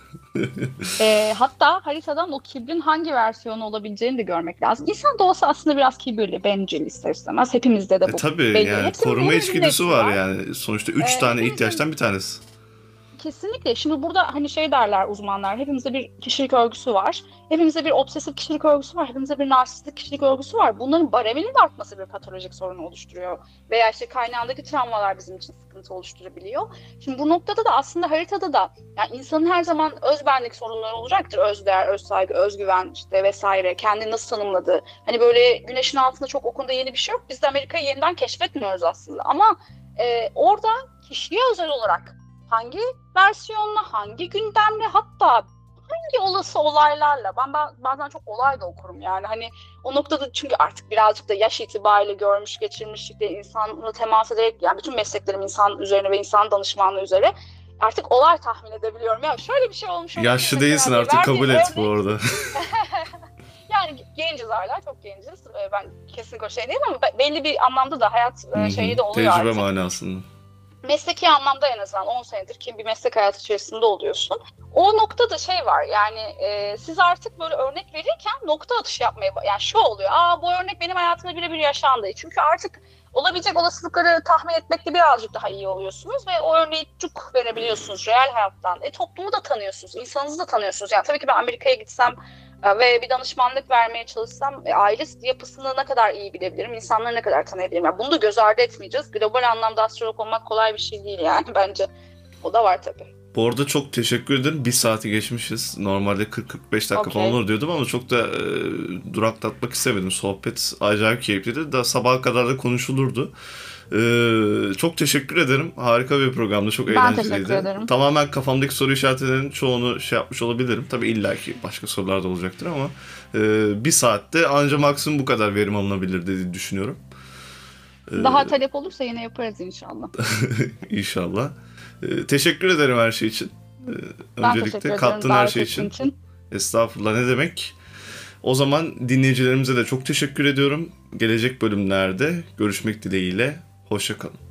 Hatta haritadan o kibrin hangi versiyonu olabileceğini de görmek lazım. İnsan doğası aslında biraz kibirli, bencil ister istemez. Hepimizde de bu Tabii belli. yani koruma Hepimizin içgüdüsü hepsi var var. yani. Sonuçta 3 tane ihtiyaçtan Hepimizin bir tanesi. kesinlikle. Şimdi burada hani şey derler uzmanlar, hepimizde bir kişilik örgüsü var. Hepimizde bir obsesif kişilik örgüsü var. Hepimizde bir narsistik kişilik örgüsü var. Bunların bareminin de artması bir patolojik sorun oluşturuyor. Veya işte kaynağındaki travmalar bizim için sıkıntı oluşturabiliyor. Şimdi bu noktada da aslında haritada da yani insanın her zaman özbenlik sorunları olacaktır. Özdeğer, özsaygı, özgüven işte vesaire. Kendini nasıl tanımladığı. Hani böyle güneşin altında çok okunduğu yeni bir şey yok. Biz de Amerika'yı yeniden keşfetmiyoruz aslında. Ama orada kişiye özel olarak hangi versiyonla, hangi gündemle, hatta hangi olası olaylarla. Ben bazen çok olay da okurum yani. Hani o noktada çünkü artık birazcık da yaş itibariyle görmüş, geçirmişlikle insanla temas ederek yani bütün mesleklerim insan üzerine ve insan danışmanlığı üzere artık olay tahmin edebiliyorum. Ya şöyle bir şey olmuş olabilir Yaşlı mesela değilsin diye artık, verdiğim kabul et bu örnek. arada. Yani genciz hala, çok genciz. Ben kesinlikle o şey değilim ama belli bir anlamda da hayat şeyi de oluyor Tecrübe artık. manasında. Mesleki anlamda en azından 10 senedir ki bir meslek hayatı içerisinde oluyorsun. O noktada şey var yani siz artık böyle örnek verirken nokta atışı yapmaya yani şu oluyor. Bu örnek benim hayatımda birebir yaşandı. Çünkü artık olabilecek olasılıkları tahmin etmekte birazcık daha iyi oluyorsunuz ve o örneği çok verebiliyorsunuz real hayattan. Toplumu da tanıyorsunuz, insanınızı da tanıyorsunuz. Yani tabii ki ben Amerika'ya gitsem ve bir danışmanlık vermeye çalışsam aile yapısını ne kadar iyi bilebilirim, insanları ne kadar tanıyabilirim. Yani bunu da göz ardı etmeyeceğiz. Global anlamda astrolog olmak kolay bir şey değil yani bence. O da var tabii. Bu arada çok teşekkür ederim. Bir saati geçmişiz. Normalde 40-45 dakika falan olur diyordum ama çok da duraklatmak istemedim. Sohbet acayip keyifliydi. Daha sabaha kadar da konuşulurdu. Çok teşekkür ederim. Harika bir programdı. Çok eğlenceliydi. Ben teşekkür ederim. Tamamen kafamdaki soru işaretlerinin çoğunu şey yapmış olabilirim. Tabii illaki başka sorular da olacaktır ama bir saatte anca maksimum bu kadar verim alınabilir diye düşünüyorum. Daha talep olursa yine yaparız inşallah. İnşallah. Teşekkür ederim her şey için. Öncelikle kattığın her şey için. Estağfurullah, ne demek. O zaman dinleyicilerimize de çok teşekkür ediyorum. Gelecek bölümlerde görüşmek dileğiyle. Hoşça kalın.